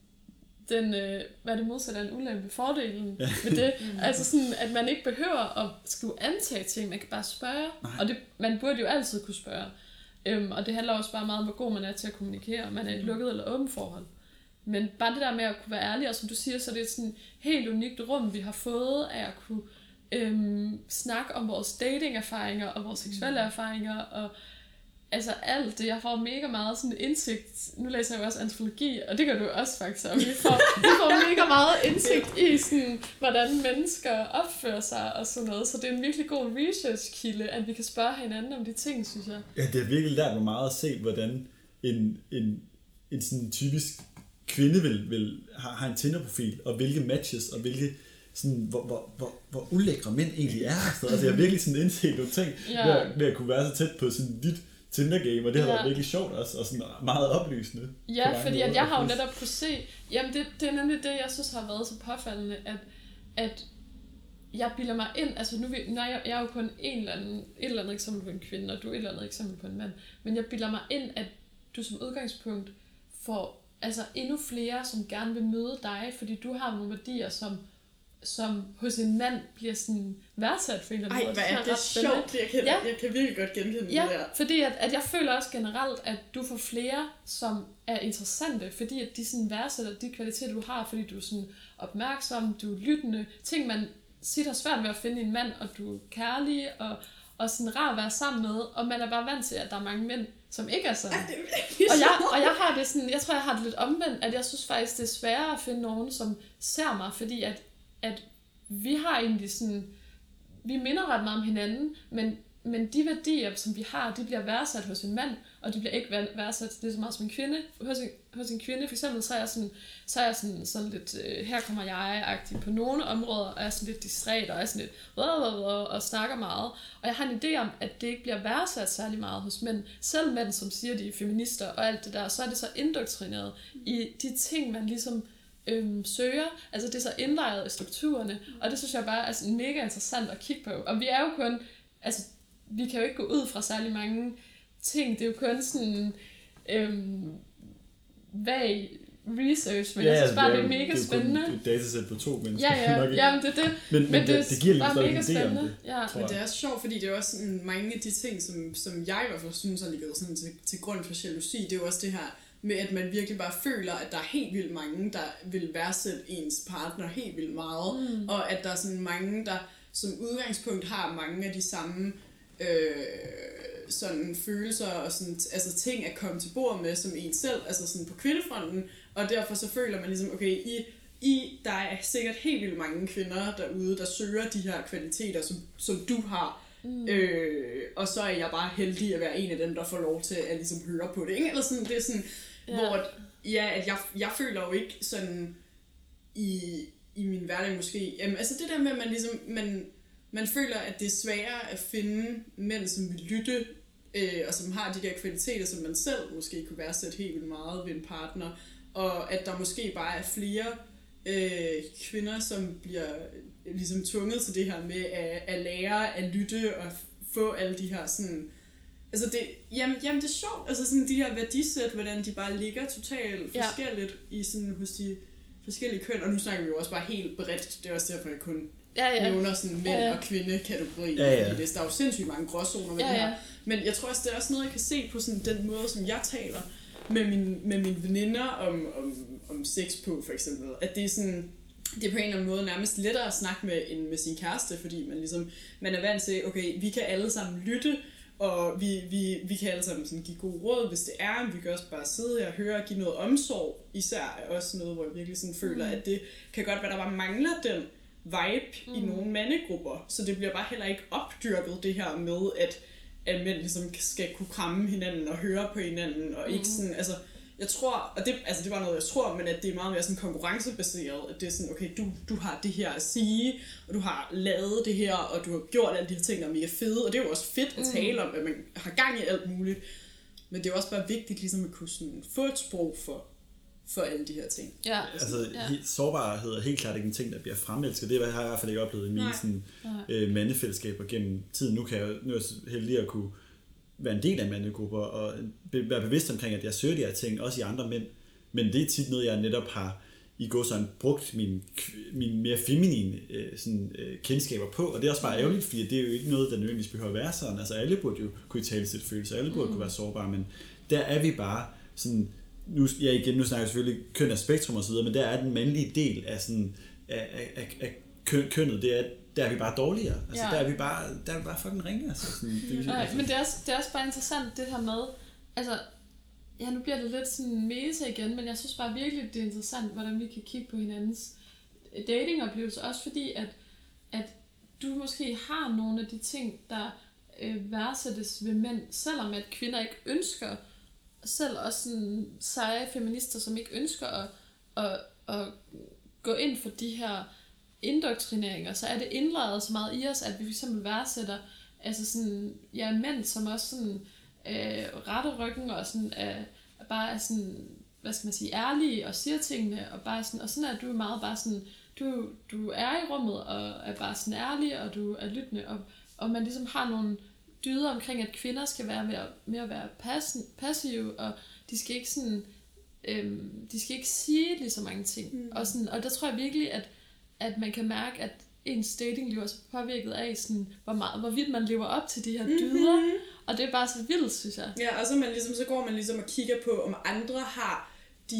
Speaker 3: den, øh, hvad er det modsatte af en ulempe, fordelen ja. ved det. Altså sådan, at man ikke behøver at skulle antage ting, man kan bare spørge. Nej. Og det, man burde jo altid kunne spørge. Øhm, og det handler også bare meget om, hvor god man er til at kommunikere, om man er i et lukket eller åbent forhold. Men bare det der med at kunne være ærlig, og som du siger, så det er et sådan helt unikt rum, vi har fået af at kunne øhm, snakke om vores dating-erfaringer og vores seksuelle erfaringer, og altså alt det. Jeg får mega meget sådan indsigt. Nu læser jeg jo også antropologi, og det gør du også faktisk. Og vi får, vi får mega meget indsigt i, sådan, hvordan mennesker opfører sig og sådan noget. Så det er en virkelig god research-kilde, at vi kan spørge hinanden om de ting, synes jeg.
Speaker 2: Ja, det har virkelig lært mig meget at se, hvordan en, en, en sådan typisk kvinde vil, vil, har, har en Tinder-profil, og hvilke matches, og hvilke sådan, hvor, hvor, hvor, hvor ulækre mænd egentlig er. Altså, jeg har virkelig sådan indset nogle ting, ja. ved, at, ved at kunne være så tæt på sådan dit Tinder-game, og det har ja. været virkelig sjovt også, og sådan meget oplysende.
Speaker 3: Ja, fordi at jeg har jo netop kunne se, jamen det, det er nemlig det, jeg synes har været så påfaldende, at, at jeg bilder mig ind, altså nu, nu er jeg, jeg er jo kun en eller anden, et eller andet eksempel på en kvinde, og du er et eller andet eksempel på en mand, men jeg bilder mig ind, at du som udgangspunkt får altså endnu flere, som gerne vil møde dig, fordi du har nogle værdier, som som hos en mand bliver sådan værdsat for en eller anden måde.
Speaker 1: Ej, hvad er det, det sjovt. Jeg kan, ja. jeg kan virkelig godt genkende
Speaker 3: ja,
Speaker 1: det der.
Speaker 3: fordi at, at jeg føler også generelt, at du får flere, som er interessante, fordi at de sådan værdsætter de kvaliteter, du har, fordi du er sådan opmærksom, du er lyttende, ting man sit har svært ved at finde i en mand, og du er kærlig, og, og sådan rar at være sammen med, og man er bare vant til, at der er mange mænd, som ikke er sådan.
Speaker 1: Ja, det er
Speaker 3: og, jeg, og jeg har det sådan, jeg tror, jeg har det lidt omvendt, at jeg synes faktisk, det er sværere at finde nogen, som ser mig, fordi at, at vi har egentlig sådan, vi minder ret meget om hinanden, men Men de værdier, som vi har, de bliver værdsat hos en mand, og de bliver ikke værdsat det så meget som en kvinde. Hos en, hos en kvinde, for eksempel, så er jeg sådan, så er jeg sådan, sådan lidt, øh, her kommer jeg-agtig på nogle områder, og jeg er sådan lidt distræt, og er sådan lidt, og, og snakker meget. Og jeg har en idé om, at det ikke bliver værdsat særlig meget hos mænd. Selv mænd, som siger, de er feminister og alt det der, så er det så indoktrineret i de ting, man ligesom øhm, søger. Altså det er så indlejret i strukturerne, og det synes jeg bare er sådan mega interessant at kigge på. Og vi er jo kun, altså vi kan jo ikke gå ud fra særlig mange ting. Det er jo kun sådan øhm, vag research, men ja, jeg synes bare, det er, det er mega det er spændende.
Speaker 2: Det er et datasæt på to mennesker.
Speaker 3: Ja, ja, ja, men det er det.
Speaker 2: Men, men, men det, det, det giver lige
Speaker 3: mega spændende. Det,
Speaker 1: ja. Men det er også sjovt, fordi det er også sådan, mange af de ting, som, som jeg i hvert fald synes har ligget sådan til, til grund for jalousi, det er jo også det her med, at man virkelig bare føler, at der er helt vildt mange, der vil værdsætte ens partner helt vildt meget, mm. og at der er sådan mange, der som udgangspunkt har mange af de samme Øh, sådan følelser og sådan, altså ting at komme til bord med som en selv, altså sådan på kvindefronten, og derfor så føler man ligesom, okay, i, i der er sikkert helt vildt mange kvinder derude, der søger de her kvaliteter, som, som du har, mm. øh, og så er jeg bare heldig at være en af dem, der får lov til at ligesom høre på det, ikke? Eller sådan, det er sådan, ja. Hvor at, ja, at jeg, jeg føler jo ikke sådan i, i min hverdag måske, jamen, altså det der med, at man ligesom, man Man føler, at det er sværere at finde mænd, som vil lytte, øh, og som har de der kvaliteter, som man selv måske kunne værdsætte helt vildt meget ved en partner, og at der måske bare er flere øh, kvinder, som bliver ligesom tvunget til det her med at, at lære at lytte og få alle de her sådan. Altså det, jamen, jamen det er sjovt, altså sådan de her værdisæt, hvordan de bare ligger totalt ja. forskelligt i sådan hos de forskellige køn, og nu snakker vi jo også bare helt bredt, det er også derfor, jeg kun
Speaker 3: ja, ja.
Speaker 1: nævner sådan mænd ja, ja. og kvinde-kategori,
Speaker 2: ja, ja.
Speaker 1: fordi der er jo sindssygt mange gråzoner med ja, det her. Ja. Men jeg tror også, det er også noget, jeg kan se på sådan den måde, som jeg taler med, min, med mine veninder om, om, om sex på, for eksempel. At det er sådan, det er på en eller anden måde nærmest lettere at snakke med, end med sin kæreste, fordi man ligesom, man er vant til, okay, vi kan alle sammen lytte, og vi, vi, vi kan alle sammen sådan give gode råd, hvis det er. Vi kan også bare sidde her og høre og give noget omsorg. Især også noget, hvor jeg virkelig sådan føler, mm. at det kan godt være, der bare mangler den vibe mm. i nogle mandegrupper. Så det bliver bare heller ikke opdyrket, det her med, at, at mænd ligesom skal kunne kramme hinanden og høre på hinanden. Og mm. ikke sådan, altså, jeg tror, og det, altså det var noget, jeg tror, men at det er meget mere sådan konkurrencebaseret. At det er sådan, okay, du, du har det her at sige, og du har lavet det her, og du har gjort alle de her ting, der er mega fede. Og det er jo også fedt at tale om, at man har gang i alt muligt. Men det er også bare vigtigt ligesom at kunne sådan få et sprog for, for alle de her ting.
Speaker 3: Ja.
Speaker 2: Altså,
Speaker 3: ja.
Speaker 2: sårbarhed er helt klart ikke en ting, der bliver fremelsket. Det har jeg i hvert fald ikke oplevet i mine sådan, øh, mandefællesskaber gennem tiden. Nu, kan jeg, nu er jeg så heldig at kunne være en del af mandegrupper og være bevidst omkring, at jeg søger de her ting, også i andre mænd. Men det er tit noget, jeg netop har i går sådan brugt mine, mine mere feminine øh, sådan, øh, kendskaber på. Og det er også bare ærgerligt, fordi det er jo ikke noget, der nødvendigvis behøver at være sådan. Altså alle burde jo kunne tale sit følelser, alle burde mm. kunne være sårbare, men der er vi bare sådan, nu, ja igen, nu snakker jeg selvfølgelig køn af spektrum og så videre, men der er den mandlige del af, sådan, af, af, af kønnet, det er, der er vi bare dårligere. Altså ja. der er vi bare, der er vi bare fucking ringe. Altså, sådan, det,
Speaker 3: Nej, altså. Men det er, også, det er også bare interessant det her med, altså, ja nu bliver det lidt sådan meta igen, men jeg synes bare virkelig, det er interessant, hvordan vi kan kigge på hinandens datingoplevelser, også fordi, at, at du måske har nogle af de ting, der øh, værdsættes ved mænd, selvom at kvinder ikke ønsker, selv også sådan seje feminister, som ikke ønsker at, at, at gå ind for de her indoktrineringer, så er det indlejret så meget i os, at vi for eksempel værdsætter altså sådan, ja, mænd, som også sådan øh, retter ryggen og sådan, øh, bare er sådan, hvad skal man sige, ærlige og siger tingene, og bare sådan, og sådan er du meget bare sådan, du, du er i rummet og er bare sådan ærlig, og du er lyttende, og, og man ligesom har nogle dyder omkring, at kvinder skal være med at, med at være passive, og de skal ikke sådan, øhm, de skal ikke sige lige så mange ting. Mm. Og, sådan, og der tror jeg virkelig, at, at man kan mærke, at ens datingliv er så påvirket af, sådan, hvor meget, hvorvidt man lever op til de her dyder. Mm-hmm. Og det er bare så vildt, synes jeg.
Speaker 1: Ja, og så, man ligesom, så går man ligesom og kigger på, om andre har de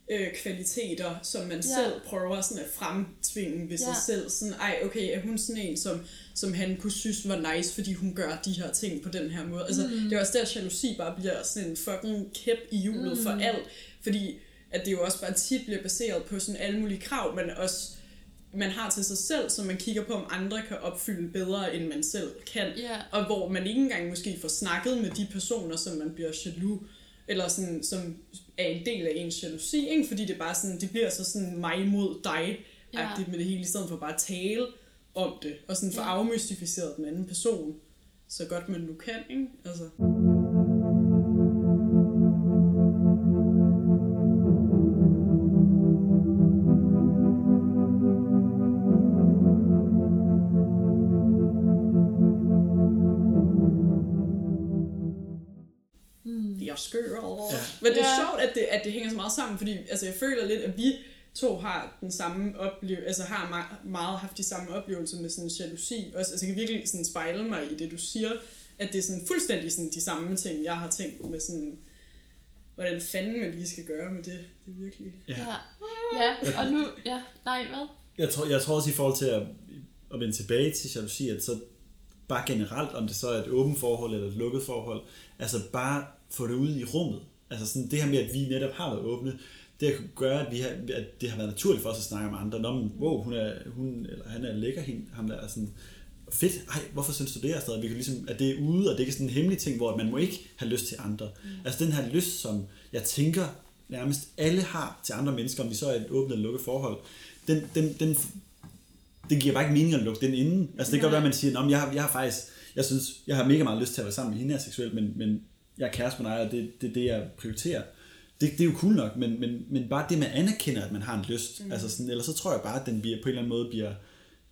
Speaker 1: øh, kvaliteter, som man
Speaker 3: Ja.
Speaker 1: selv prøver sådan at fremtvinge ved sig
Speaker 3: Ja.
Speaker 1: selv. Sådan, ej, okay, er hun sådan en, som, som han kunne synes var nice, fordi hun gør de her ting på den her måde. Altså,
Speaker 3: Mm.
Speaker 1: det er også der, at jalousi bare bliver sådan en fucking kæp i hjulet
Speaker 3: Mm.
Speaker 1: for alt. Fordi at det jo også bare tit bliver baseret på sådan alle mulige krav, men også man har til sig selv, så man kigger på, om andre kan opfylde bedre, end man selv kan.
Speaker 3: Ja.
Speaker 1: Og hvor man ikke engang måske får snakket med de personer, som man bliver jaloux, eller sådan, som er en del af ens jalousi, ikke? Fordi det bare sådan, det bliver så sådan mig mod dig,
Speaker 3: Ja.
Speaker 1: agtigt med det hele, i stedet for bare at tale om det, og sådan få
Speaker 3: Ja.
Speaker 1: afmystificeret den anden person, så godt man nu kan, ikke? Altså.
Speaker 3: Mm.
Speaker 1: Jeg skør.
Speaker 2: Ja.
Speaker 1: Men det er
Speaker 3: Ja.
Speaker 1: sjovt, at det, at det hænger så meget sammen, fordi altså, jeg føler lidt, at vi to har den samme oplevelse, altså har meget, meget haft de samme oplevelser med sådan jalousi. Også, altså jeg kan virkelig sådan spejle mig i det, du siger, at det er sådan fuldstændig sådan de samme ting, jeg har tænkt med sådan, hvordan fanden man lige skal gøre med det. Det er virkelig...
Speaker 2: Ja.
Speaker 3: Ja. Ja, og nu... Ja, nej, hvad?
Speaker 2: Jeg tror, jeg tror også i forhold til at, at vende tilbage til jalousi, at så bare generelt, om det så er et åbent forhold eller et lukket forhold, altså bare få det ud i rummet. Altså sådan det her med, at vi netop har været åbne, det kan gøre, at, vi har, at det har været naturligt for os at snakke om andre. Nå, men, wow, hun er, hun, eller han er lækker, ham der er sådan, fedt, ej, hvorfor synes du det er stadig? Vi kan ligesom, at det er ude, og det er ikke sådan en hemmelig ting, hvor man må ikke have lyst til andre. Mm. Altså den her lyst, som jeg tænker, nærmest alle har til andre mennesker, om vi så er et åbent eller lukket forhold, den, den, den, det giver bare ikke mening at lukke den inden. Altså det kan godt være, at man siger, at jeg har, jeg har faktisk, jeg synes, jeg har mega meget lyst til at være sammen med hende her seksuelt, men, men jeg er kæreste med dig, og det er det, det, jeg prioriterer. Det, det er jo cool nok, men, men, men bare det, man anerkender, at man har en lyst, mm. altså sådan, eller så tror jeg bare, at den bliver, på en eller anden måde bliver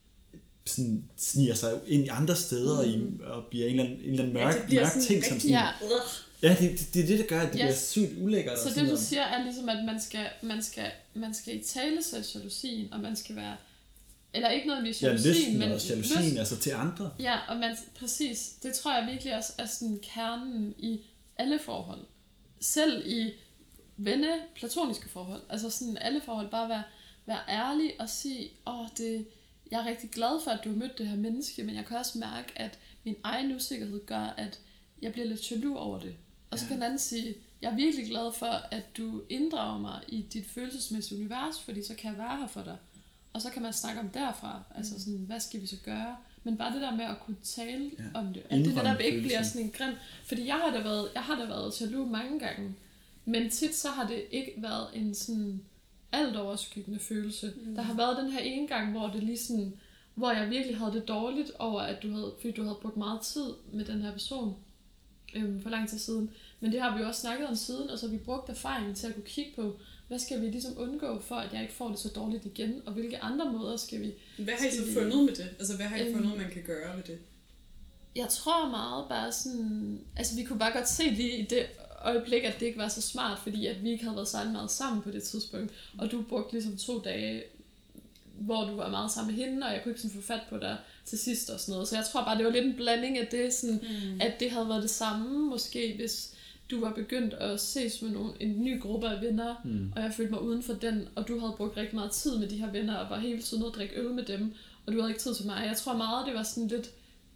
Speaker 2: sådan, sniger sig ind i andre steder mm. i, og bliver en eller anden, en eller anden mørk,
Speaker 1: ja,
Speaker 2: mørk ting, som sådan...
Speaker 3: Ja.
Speaker 2: Ja, det, det, det er det, der gør, at det
Speaker 3: Yes.
Speaker 2: bliver sygt ulækkert.
Speaker 3: Så
Speaker 2: og
Speaker 3: det,
Speaker 2: sådan
Speaker 3: du
Speaker 2: noget.
Speaker 3: siger, er ligesom, at man skal, man skal, man skal i tale sig jalousien, og man skal være... Eller ikke noget med
Speaker 2: Ja,
Speaker 3: jalousien,
Speaker 2: lysten
Speaker 3: men...
Speaker 2: og jalousien,
Speaker 3: lyst-
Speaker 2: altså til andre.
Speaker 3: Ja, og man, præcis. Det tror jeg virkelig også er sådan kernen i alle forhold. Selv i venne, platoniske forhold. Altså sådan alle forhold. Bare være, være ærlig og sige, åh, det, jeg er rigtig glad for, at du har mødt det her menneske, men jeg kan også mærke, at min egen usikkerhed gør, at jeg bliver lidt jaloux over det. Og så kan den anden sige, jeg er virkelig glad for, at du inddrager mig i dit følelsesmæssige univers, fordi så kan jeg være her for dig. Og så kan man snakke om derfra, altså sådan, hvad skal vi så gøre? Men bare det der med at kunne tale
Speaker 2: Ja.
Speaker 3: om det, at det
Speaker 2: Indrømme
Speaker 3: netop ikke bliver
Speaker 2: følelsen.
Speaker 3: sådan en grim, fordi jeg har da været, jeg har da været jaloux mange gange, men tit så har det ikke været en sådan alt overskyggende følelse. Mm. Der har været den her ene gang, hvor det lige sådan, hvor jeg virkelig havde det dårligt over, at du havde, fordi du havde brugt meget tid med den her person øhm, for lang tid siden. Men det har vi jo også snakket om siden, og så har vi brugt erfaringen til at kunne kigge på, hvad skal vi ligesom undgå, for at jeg ikke får det så dårligt igen, og hvilke andre måder skal vi...
Speaker 1: Hvad har I så
Speaker 3: skal vi-
Speaker 1: fundet med det? Altså, hvad har I
Speaker 3: Øhm,
Speaker 1: fundet, man kan gøre med det?
Speaker 3: Jeg tror meget bare sådan... Altså, vi kunne bare godt se lige i det øjeblik, at det ikke var så smart, fordi at vi ikke havde været særlig meget sammen på det tidspunkt, og du brugte ligesom to dage, hvor du var meget sammen med hende, og jeg kunne ikke sådan få fat på dig til sidst og sådan noget. Så jeg tror bare, det var lidt en blanding af det, sådan, mm. at det havde været det samme, måske hvis du var begyndt at ses med nogle, en ny gruppe af venner, mm. og jeg følte mig uden for den, og du havde brugt rigtig meget tid med de her venner, og var hele tiden ude at drikke øl med dem, og du havde ikke tid til mig. Jeg tror meget, det var sådan lidt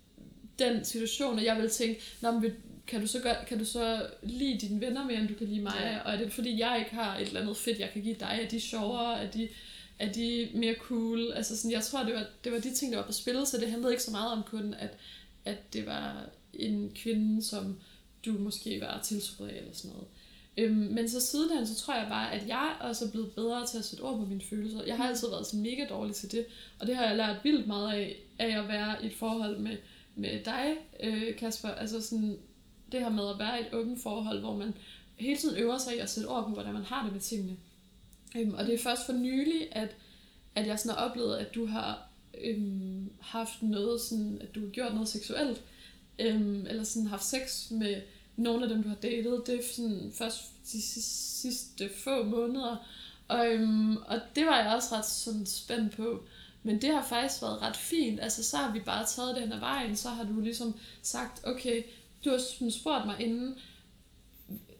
Speaker 3: den situation, at jeg ville tænke, Nå, men kan du så gøre, kan du så lide dine venner mere, end du kan lide mig? Ja. Og er det fordi, jeg ikke har et eller andet fedt, jeg kan give dig? Er de sjovere? Er de, er de mere cool? Altså sådan, jeg tror, det var, det var de ting, der var på spil, så det handlede ikke så meget om kun, at, at det var en kvinde, som du måske var tiltrukket af, eller sådan noget. Øhm, men så sidenhen, så tror jeg bare, at jeg også er blevet bedre til at sætte ord på mine følelser. Jeg har altid været sådan mega dårlig til det, og det har jeg lært vildt meget af, af at være i et forhold med, med dig, øh, Kasper. Altså sådan, det her med at være i et åbent forhold, hvor man hele tiden øver sig i at sætte ord på, hvordan man har det med tingene. Øhm, og det er først for nylig, at, at jeg sådan har oplevet, at du har øhm, haft noget sådan, at du har gjort noget seksuelt, øhm, eller sådan haft sex med nogle af dem, du har datet. Det er sådan først de sidste få måneder. Og, øhm, og det var jeg også ret sådan spændt på. Men det har faktisk været ret fint. Altså så har vi bare taget det hen ad vejen. Så har du ligesom sagt, okay, du har spurgt mig inden,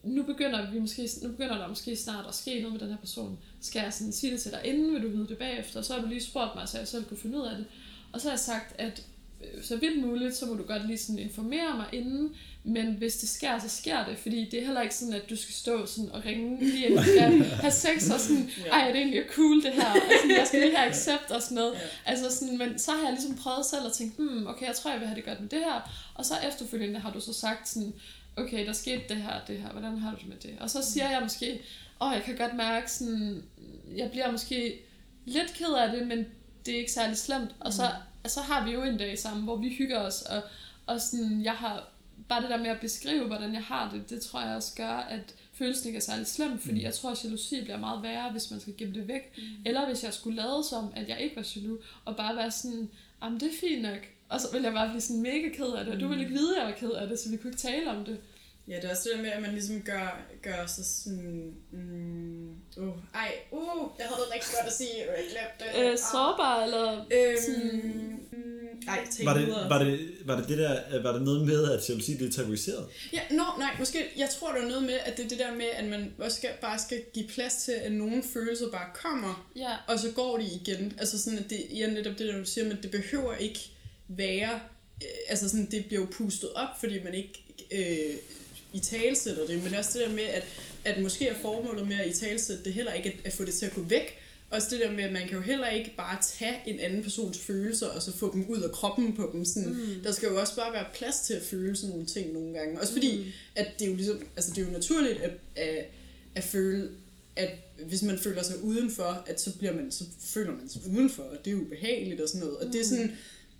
Speaker 3: nu begynder vi måske, nu begynder der måske snart at ske noget med den her person. Skal jeg sådan sige det til dig inden, vil du vide det bagefter? Og så har du lige spurgt mig, så jeg selv kunne finde ud af det. Og så har jeg sagt, at så vidt muligt, så må du godt lige sådan informere mig inden, men hvis det sker, så sker det, fordi det er heller ikke sådan, at du skal stå sådan og ringe lige ind, og have sex og sådan, ej, det er egentlig cool det her, altså, jeg skal lige have accept og sådan noget, altså sådan, men så har jeg ligesom prøvet selv at tænke, hmm, okay, jeg tror, jeg vil have det godt med det her, og så efterfølgende har du så sagt sådan, okay, der skete det her, det her, hvordan har du det med det? Og så siger jeg måske, åh, oh, jeg kan godt mærke sådan, jeg bliver måske lidt ked af det, men det er ikke særlig slemt, og så så har vi jo en dag sammen, hvor vi hygger os, og, og sådan, jeg har bare det der med at beskrive, hvordan jeg har det, det tror jeg også gør, at følelsen ikke er særlig slem, fordi mm. jeg tror, at jalousi bliver meget værre, hvis man skal gemme det væk, mm. eller hvis jeg skulle lade som, at jeg ikke var jaloux, og bare være sådan, jamen det er fint nok, og så ville jeg bare blive sådan mega ked af det, og du ville ikke vide, at jeg var ked af det, så vi kunne ikke tale om det.
Speaker 1: Ja, det er også det der med, at man ligesom gør, gør sig sådan... Mm, uh, ej, uh, jeg havde rigtig godt at sige, og jeg glemte det.
Speaker 3: Øh, sårbar, eller
Speaker 1: øhm,
Speaker 3: sådan...
Speaker 1: Ej, tænk
Speaker 2: var det,
Speaker 1: videre.
Speaker 2: var det, var det det der, var det noget med, at jalousi blev tabuiseret?
Speaker 1: Ja, no, nej, måske, jeg tror, der er noget med, at det er det der med, at man også skal, bare skal give plads til, at nogle følelser bare kommer,
Speaker 3: ja.
Speaker 1: og så går de igen. Altså sådan, at det er netop det, der du siger, men det behøver ikke være, øh, altså sådan, det bliver jo pustet op, fordi man ikke... Øh, i talesætter det, men også det der med, at, at måske er formålet med at i talesætte det heller ikke at, at få det til at gå væk. Også det der med, at man kan jo heller ikke bare tage en anden persons følelser, og så få dem ud af kroppen på dem. Sådan, mm. Der skal jo også bare være plads til at føle sådan nogle ting nogle gange. Også fordi, mm. at det er jo ligesom, altså det er jo naturligt at, at, at føle, at hvis man føler sig udenfor, at så bliver man, så føler man sig udenfor, og det er jo behageligt og sådan noget. Og mm. det er sådan,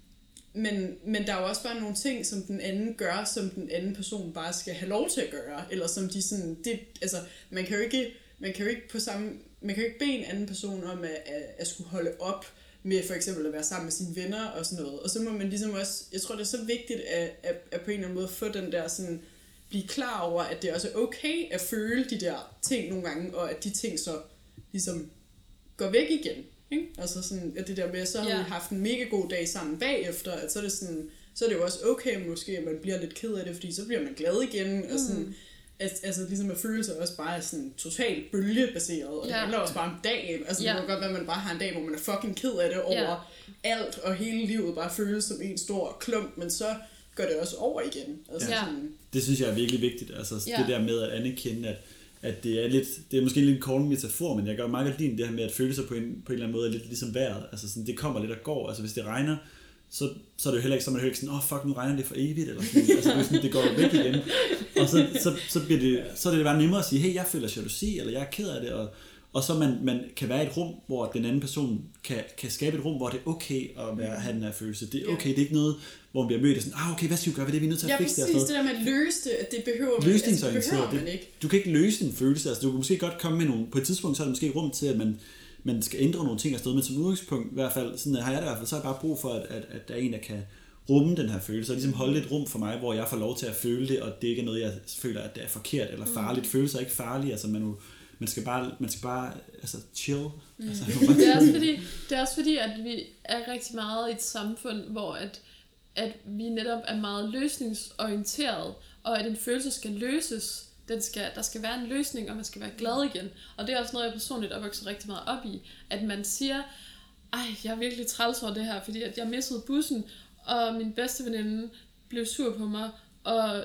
Speaker 1: Men, men der er jo også bare nogle ting, som den anden gør, som den anden person bare skal have lov til at gøre, eller som de sådan, det, altså, man kan jo ikke, man kan jo ikke på samme, man kan jo ikke bede en anden person om at, at, at skulle holde op med for eksempel at være sammen med sine venner og sådan noget, og så må man ligesom også, jeg tror det er så vigtigt at, at, at på en eller anden måde få den der sådan, blive klar over, at det også er okay at føle de der ting nogle gange, og at de ting så ligesom går væk igen. Ikke? Altså sådan, at det der med, så har yeah. vi haft en mega god dag sammen bagefter, at så er det sådan, så er det jo også okay måske, at man bliver lidt ked af det, fordi så bliver man glad igen, mm. og sådan, at, altså ligesom at følelser også bare er sådan totalt bølgebaseret, og yeah. det handler også bare om dagen, altså yeah. det kan godt være, at man bare har en dag, hvor man er fucking ked af det over yeah. alt, og hele livet bare føles som en stor klump, men så går det også over igen. Altså
Speaker 2: ja.
Speaker 1: sådan,
Speaker 2: det synes jeg er virkelig vigtigt, altså
Speaker 3: yeah.
Speaker 2: det der med at anerkende, at at det er lidt, det er måske en lidt kort metafor, men jeg gør meget godt lide det her med, at følelser på en, på en eller anden måde er lidt ligesom vejret. Altså sådan, det kommer lidt og går. Altså hvis det regner, så, så er det jo heller ikke, så er man jo ikke sådan, åh oh, fuck, nu regner det for evigt, eller sådan. Altså det er sådan, det går væk igen. Og så, så, så, bliver det, så er det bare nemmere at sige, hey, jeg føler jalousi, eller jeg er ked af det, og, og så man, man kan være i et rum, hvor den anden person kan, kan skabe et rum, hvor det er okay at være, have den her følelse. Det er okay, det er ikke noget, hvor man bliver mødt og sådan, ah okay, hvad skal vi gøre ved det, vi er nødt til at
Speaker 1: ja,
Speaker 2: fikse det.
Speaker 1: Ja, præcis, det der med at løse det, at det behøver man, altså, det behøver man ikke.
Speaker 2: Du kan ikke løse en følelse, altså du kan måske godt komme med nogle, på et tidspunkt så er der måske rum til, at man, man skal ændre nogle ting afsted, men som udgangspunkt, i hvert fald, sådan har jeg det i hvert fald, så har jeg bare brug for, at, at, at der er en, der kan rumme den her følelse, og ligesom holde et rum for mig, hvor jeg får lov til at føle det, og det ikke er noget, jeg føler, at det er forkert eller farligt. Mm. Følelser er ikke farlige, altså man, man skal bare, man skal bare altså, chill.
Speaker 3: Mm.
Speaker 2: Altså,
Speaker 3: det, er også fordi, det er også fordi, at vi er rigtig meget i et samfund, hvor at, at vi netop er meget løsningsorienteret, og at en følelse skal løses. Den skal, der skal være en løsning, og man skal være glad igen. Og det er også noget, jeg personligt er vokset rigtig meget op i, at man siger, ej, jeg er virkelig træls over det her, fordi at jeg missede bussen, og min bedste veninde blev sur på mig, og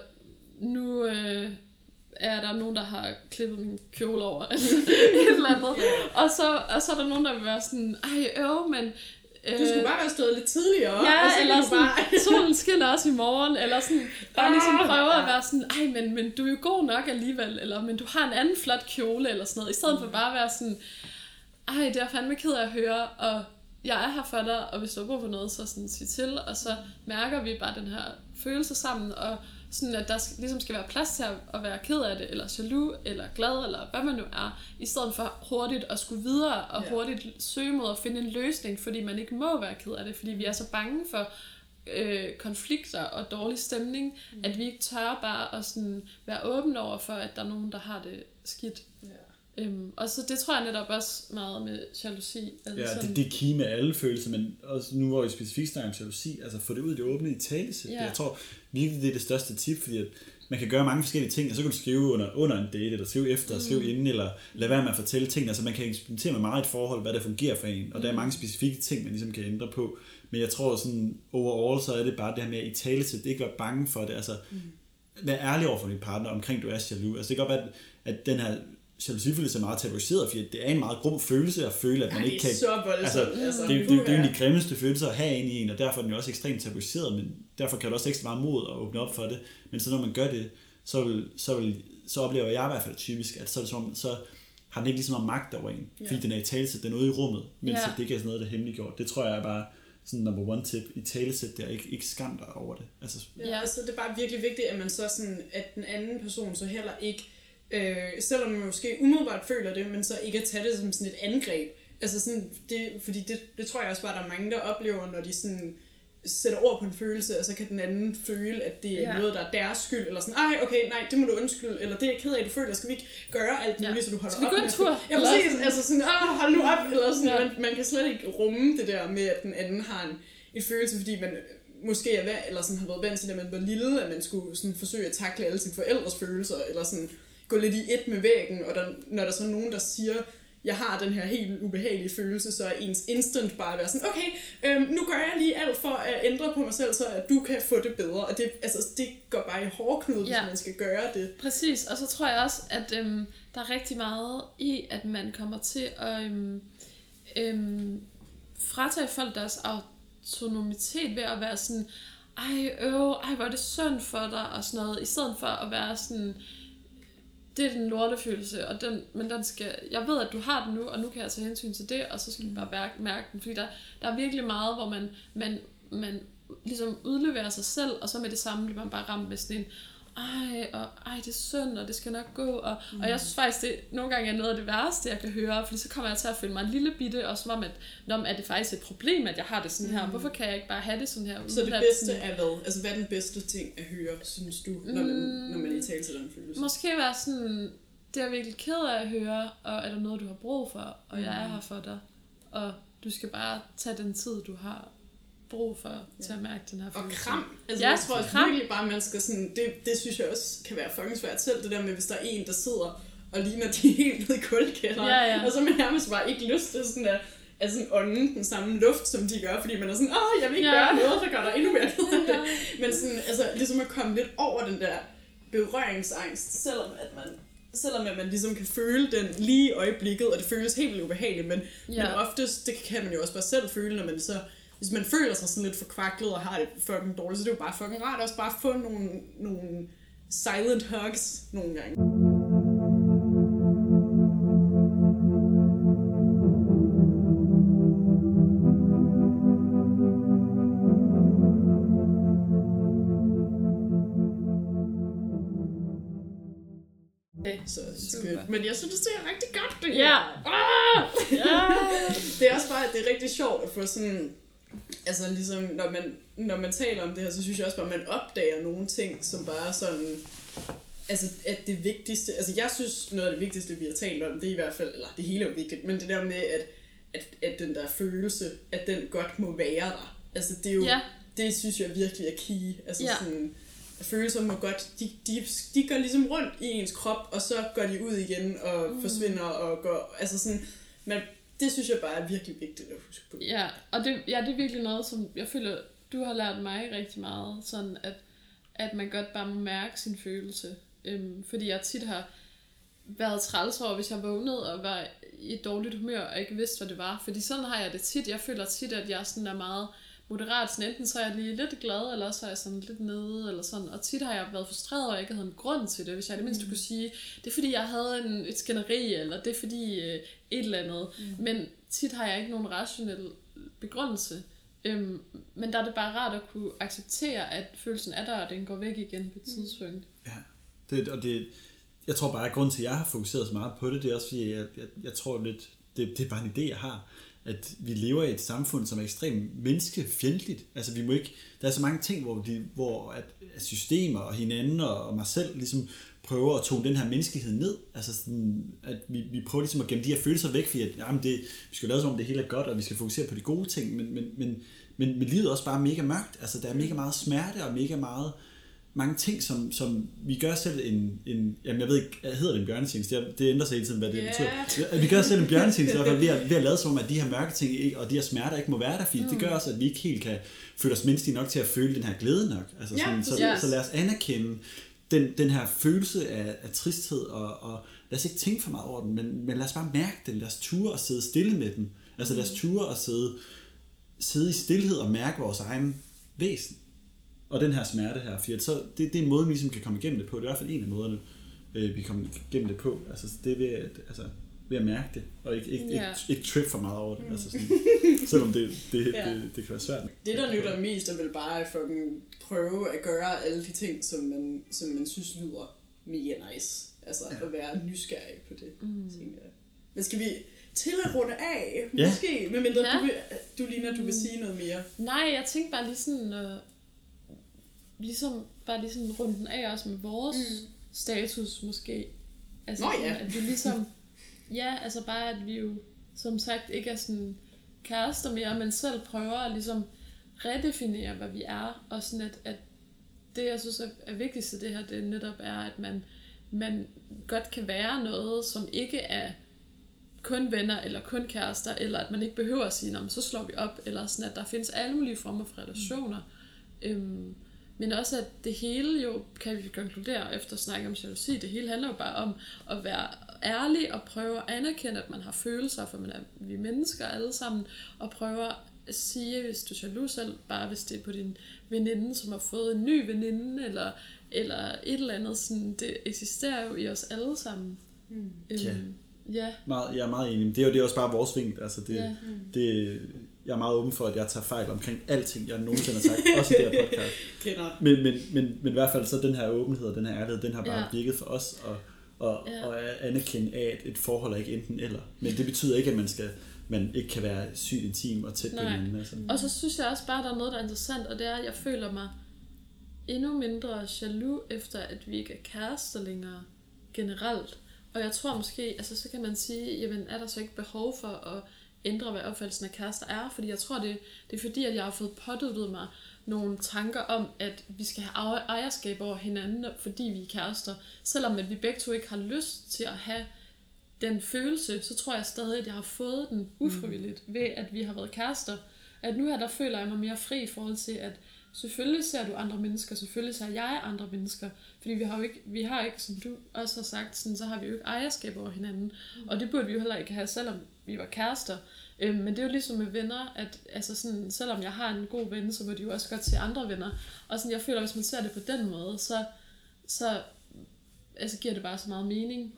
Speaker 3: nu øh, er der nogen, der har klippet min kjole over, eller et eller andet. Yeah. Og, så, og så er der nogen, der vil være sådan, ej, øv, men...
Speaker 1: Øh, du skulle bare være stået lidt tidligere.
Speaker 3: Ja,
Speaker 1: og så
Speaker 3: eller sådan,
Speaker 1: bare...
Speaker 3: solen skinner også i morgen, eller sådan, bare ligesom prøve at være sådan, ej, men, men du er jo god nok alligevel, eller men du har en anden flot kjole, eller sådan noget, i stedet for bare at være sådan, ej, det er fandme ked af at høre, og jeg er her for dig, og hvis du har brug for noget, så sådan sig til, og så mærker vi bare den her følelse sammen, og sådan at der ligesom skal være plads til at være ked af det, eller jaloux, eller glad, eller hvad man nu er, i stedet for hurtigt at skulle videre, og yeah. hurtigt søge mod at finde en løsning, fordi man ikke må være ked af det, fordi vi er så bange for øh, konflikter og dårlig stemning, mm. at vi ikke tør bare at sådan være åbne over for, at der er nogen, der har det skidt. Yeah. Øhm, og så det tror jeg netop også meget med jalousi. Altså
Speaker 2: ja,
Speaker 3: sådan...
Speaker 2: det, det er key med alle følelser, men også nu hvor vi specifikt snakker om jalousi, altså få det ud i det åbne i talesæt. Yeah. Jeg tror virkelig, det er det største tip, fordi at man kan gøre mange forskellige ting, og så kan du skrive under, under en date, eller skrive efter, mm. skrive inden, eller lade være med at fortælle ting. Altså man kan eksperimentere med meget et forhold, hvad der fungerer for en, og mm. der er mange specifikke ting, man ligesom kan ændre på. Men jeg tror sådan, overall, så er det bare det her med at i tale til, det ikke være bange for det. Altså, mm. vær ærlig over for din partner omkring, du er jaloux. Altså det kan godt være, at, at den her jalousifølelse er meget tabuiseret, fordi det er en meget grum følelse at føle, at man
Speaker 1: ja,
Speaker 2: ikke kan...
Speaker 1: Det er så voldsomt.
Speaker 2: Altså, altså, det, det, det, det er jo en af de grimmeste følelser at have inde i en, og derfor er den jo også ekstremt tabuiseret, men derfor kan du også ekstra meget mod at åbne op for det. Men så når man gør det, så, vil, så, vil, så oplever jeg i hvert fald typisk, at så, er det som, så har den ikke ligesom meget magt over en, fordi ja. den er i talesæt, den er ude i rummet, mens ja. det ikke er sådan noget, der er hemmeliggjort. Det tror jeg er bare sådan number one tip i talesæt, der ikke, ikke skam dig over det. Altså,
Speaker 1: ja, altså det er bare virkelig vigtigt, at man så sådan, at den anden person så heller ikke Øh, selvom man måske umiddelbart føler det, men så ikke at tage det som sådan et angreb. Altså sådan, det, fordi det, det tror jeg også bare, der er mange, der oplever, når de sådan sætter ord på en følelse, og så kan den anden føle, at det er ja. noget, der er deres skyld, eller sådan, ej, okay, nej, det må du undskylde, eller det er jeg ked af, du føler, skal vi ikke gøre alt muligt, ja. så du holder op med.
Speaker 3: Skal vi gå en tur?
Speaker 1: Ja, præcis, altså sådan, åh, hold nu op, eller sådan, ja. man, man kan slet ikke rumme det der med, at den anden har en, en følelse, fordi man måske er vant, eller sådan har været vant til, at man var lille, at man skulle sådan forsøge at takle alle sine forældres følelser, eller sådan gå lidt i et med væggen, og der, når der er så nogen, der siger, jeg har den her helt ubehagelige følelse, så er ens instant bare at være sådan, okay, øhm, nu gør jeg lige alt for at ændre på mig selv, så at du kan få det bedre. Og det, altså, det går bare i hårdknude, hvis ja. man skal gøre det.
Speaker 3: Præcis, og så tror jeg også, at øhm, der er rigtig meget i, at man kommer til at øhm, øhm, fratage folk deres autonomitet ved at være sådan, ej, øv, ej, hvor er det synd for dig, og sådan noget, i stedet for at være sådan, det er den lortefølelse, og den, men den skal, jeg ved, at du har den nu, og nu kan jeg tage hensyn til det, og så skal du bare mærke, mærke den, fordi der, der er virkelig meget, hvor man, man, man ligesom udleverer sig selv, og så med det samme bliver man bare ramt med sådan en, ej, og ej, det er synd, og det skal nok gå, og, mm. og jeg synes faktisk, det nogle gange er noget af det værste, jeg kan høre, fordi så kommer jeg til at føle mig en lille bitte, og som om, at nå, er det faktisk et problem, at jeg har det sådan her, mm. hvorfor kan jeg ikke bare have det sådan her?
Speaker 1: Så det bedste sådan, er hvad? Altså, hvad er den bedste ting at høre, synes du, når man, mm, når man i tale til den følelse?
Speaker 3: Måske være sådan, det er jeg virkelig ked af at høre, og er der noget, du har brug for, og mm. jeg er her for dig, og du skal bare tage den tid, du har brug for ja. til at mærke den her følelse.
Speaker 1: Og kram. Altså, ja, jeg tror også virkelig bare, man skal sådan, det, det synes jeg også kan være fucking svært selv, det der med, hvis der er en, der sidder og ligner de helt nede i kuldekælderen,
Speaker 3: ja, ja.
Speaker 1: og så man nærmest bare ikke lyst til sådan at, at sådan ånden den samme luft, som de gør, fordi man er sådan, åh, jeg vil ikke ja. gøre noget, der gør dig endnu mere ked af det. Men sådan, altså, ligesom at komme lidt over den der berøringsangst, selvom at man selvom at man ligesom kan føle den lige i øjeblikket, og det føles helt vildt ubehageligt, men, ja. men oftest, det kan man jo også bare selv føle, når man så hvis man føler sig sådan lidt forkvaklet og har det fucking dårligt, så det er jo bare fucking rart også bare at få nogle, nogle silent hugs nogle gange. Så super. Men jeg synes, det er rigtig godt, det her.
Speaker 3: Ja.
Speaker 1: Ah! Yeah. Det er også bare, det er rigtig sjovt at få sådan, altså ligesom, når man, når man taler om det her, så synes jeg også bare, at man opdager nogle ting, som bare sådan, altså at det vigtigste, altså jeg synes, noget af det vigtigste, vi har talt om, det er i hvert fald, eller det hele er jo vigtigt, men det der med, at, at, at den der følelse, at den godt må være der. Altså det er jo, ja. det synes jeg virkelig er key. Altså ja. sådan, følelser må godt, de, de, de går ligesom rundt i ens krop, og så går de ud igen og mm. forsvinder og går, altså sådan, men det synes jeg bare er virkelig vigtigt at huske på.
Speaker 3: Ja, og det, ja, det er virkelig noget, som jeg føler, du har lært mig rigtig meget, sådan at, at man godt bare må mærke sin følelse. Øhm, fordi jeg tit har været træls over, hvis jeg vågnede og var i et dårligt humør, og ikke vidste, hvad det var. Fordi sådan har jeg det tit. Jeg føler tit, at jeg sådan er meget moderat. Sådan enten så er jeg lige lidt glad, eller så er jeg sådan lidt nede, eller sådan. Og tit har jeg været frustreret, og jeg ikke havde en grund til det. Hvis jeg det mindste mm. kunne sige, det er fordi, jeg havde en, et skænderi, eller det er fordi øh, et eller andet. Mm. Men tit har jeg ikke nogen rationel begrundelse. Øhm, men der er det bare rart at kunne acceptere, at følelsen er der, og den går væk igen på et tidspunkt.
Speaker 2: Ja, det, og det, jeg tror bare, at grunden til, at jeg har fokuseret så meget på det, det er også fordi, jeg, jeg, jeg tror lidt, det, det er bare en idé, jeg har, at vi lever i et samfund, som er ekstremt menneskefjendtligt. Altså vi må ikke, der er så mange ting, hvor, de, hvor at, at systemer og hinanden og, og mig selv ligesom prøver at tone den her menneskelighed ned. Altså sådan, at vi, vi prøver ligesom at gemme de her følelser væk, fordi at, jamen det, vi skal lade som om det hele er godt, og vi skal fokusere på de gode ting, men, men, men, men, men livet er også bare mega mørkt. Altså der er mega meget smerte og mega meget mange ting, som, som vi gør selv en, en jamen jeg ved ikke, hedder det en bjørnetjeneste? Det, det ændrer sig hele tiden, hvad det yeah. betyder. Vi gør selv en bjørnetjeneste i hvert fald ved at, ved at lade som om, at de her mørke ting og de her smerter ikke må være der, fordi mm. det gør også, at vi ikke helt kan føle os menneskelige nok til at føle den her glæde nok. Altså sådan, yeah, så, yes. så lad os anerkende den, den her følelse af, af tristhed, og, og lad os ikke tænke for meget over den, men, men lad os bare mærke den. Lad os ture og sidde stille med den. Altså lad os ture og sidde, sidde i stillhed og mærke vores egen væsen. Og den her smerte her, for så det, det er en måde, vi ligesom kan komme igennem det på. Det er i hvert fald en af måderne, øh, vi kommer igennem det på. Altså det er ved at, altså, ved at mærke det, og ikke, ikke, yeah. ikke, ikke trip for meget over det. Altså sådan, selvom det, det, ja. det, det kan være svært.
Speaker 1: Det, der nytter mest, er vel bare at fucking prøve at gøre alle de ting, som man, som man synes lyder mega nice. Altså ja. At være nysgerrig på det. Mm. Men skal vi til at runde af?
Speaker 2: Ja.
Speaker 1: Måske, medmindre ja. du, vil, du ligner, du vil sige noget mere.
Speaker 3: Nej, jeg tænkte bare lige sådan... Øh... ligesom bare lige sådan runden af også med vores mm. status måske. Altså
Speaker 1: Nå, ja.
Speaker 3: at vi ligesom ja, altså bare at vi jo som sagt ikke er sådan kærester mere, men selv prøver at ligesom redefinere hvad vi er, og sådan at, at det jeg synes er, er vigtigst i det her, det netop er at man, man godt kan være noget som ikke er kun venner eller kun kærester, eller at man ikke behøver at sige, så slår vi op, eller sådan at der findes alle mulige former for relationer. Mm. øhm, Men også at det hele jo, kan vi konkludere efter at snakke om jalousi, det hele handler jo bare om at være ærlig og prøve at anerkende, at man har følelser, for man er, vi er mennesker alle sammen, og prøve at sige, hvis du er jaloux selv, bare hvis det er på din veninde, som har fået en ny veninde, eller, eller et eller andet, sådan, det eksisterer jo i os alle sammen. Mm. Øhm,
Speaker 2: ja.
Speaker 3: ja.
Speaker 2: Meget, jeg er meget enig. Det er jo det er også bare vores vinkel. Altså det,
Speaker 3: ja.
Speaker 2: mm. det, jeg er meget åben for, at jeg tager fejl omkring alting, jeg nogensinde har sagt, også i det her podcast. Men, men, men, men i hvert fald så den her åbenhed og den her ærlighed, den har bare ja. virket for os, og, og, ja. og anerkende af, at et forhold er ikke enten eller. Men det betyder ikke, at man skal man ikke kan være sygt intim og tæt på hinanden. Altså.
Speaker 3: Og så synes jeg også bare, at der er noget, der er interessant, og det er, at jeg føler mig endnu mindre jaloux, efter at vi ikke er kærester længere generelt. Og jeg tror måske, altså så kan man sige, jamen er der så ikke behov for at ændre, hvad opfattelsen af kærester er? Fordi jeg tror, det, det er fordi, at jeg har fået påduttet mig nogle tanker om, at vi skal have ejerskab over hinanden, fordi vi er kærester. Selvom at vi begge to ikke har lyst til at have den følelse, så tror jeg stadig, at jeg har fået den ufrivilligt ved, at vi har været kærester. At nu her, der føler jeg mig mere fri i forhold til, at selvfølgelig ser du andre mennesker, selvfølgelig ser jeg andre mennesker, fordi vi har jo ikke, vi har ikke, som du også har sagt, sådan, så har vi jo ikke ejerskab over hinanden, mm. og det burde vi jo heller ikke have, selvom vi var kærester. Øhm, men det er jo ligesom med venner, at altså sådan, selvom jeg har en god ven, så må de jo også godt se andre venner, og sådan, jeg føler, hvis man ser det på den måde, så, så altså, giver det bare så meget mening.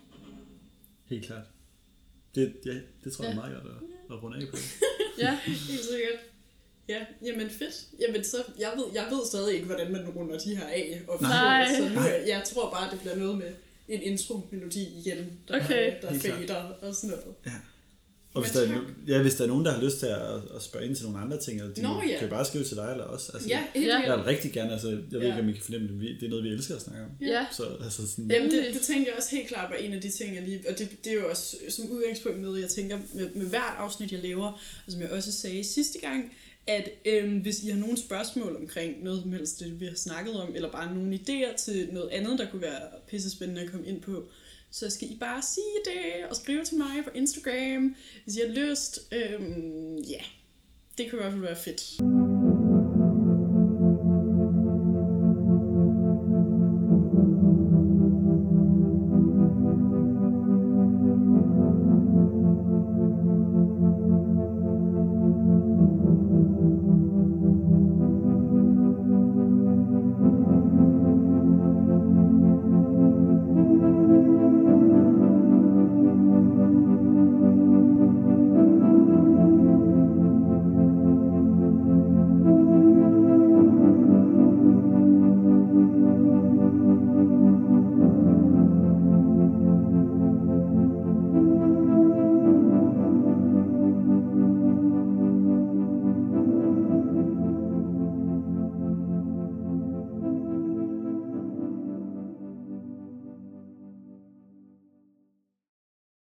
Speaker 2: Helt klart. Det, ja, det tror jeg ja. er meget godt at, at runde af på.
Speaker 3: Ja,
Speaker 1: helt sikkert. Ja, jamen fedt. Jamen så, jeg ved, jeg ved stadig ikke, hvordan man runder de her af. Og
Speaker 3: Nej.
Speaker 1: Så nu, jeg tror bare, det bliver noget med en intro-melodi igen, der,
Speaker 3: okay.
Speaker 1: der fader og sådan noget.
Speaker 2: Ja. Og hvis der, er, ja, hvis der er nogen, der har lyst til at, at spørge ind til nogle andre ting, eller de
Speaker 1: Nå, ja.
Speaker 2: kan jo bare skrive til dig eller os. Altså,
Speaker 1: ja, helt ja.
Speaker 2: Jeg vil rigtig gerne, altså, jeg ved ja. ikke, om I kan fornemme det, det er noget, vi elsker at snakke om.
Speaker 3: Ja.
Speaker 2: Så, altså, sådan,
Speaker 1: Jamen, det, det tænker jeg også helt klart var en af de ting, jeg lige, og det, det er jo også som udgangspunkt noget, jeg tænker med, med hvert afsnit, jeg laver, og som jeg også sagde sidste gang, at øhm, hvis I har nogle spørgsmål omkring noget som helst, det vi har snakket om, eller bare nogle idéer til noget andet, der kunne være pissespændende at komme ind på, så skal I bare sige det og skrive til mig på Instagram, hvis I har lyst. Øhm, ja, det kunne i hvert fald være fedt.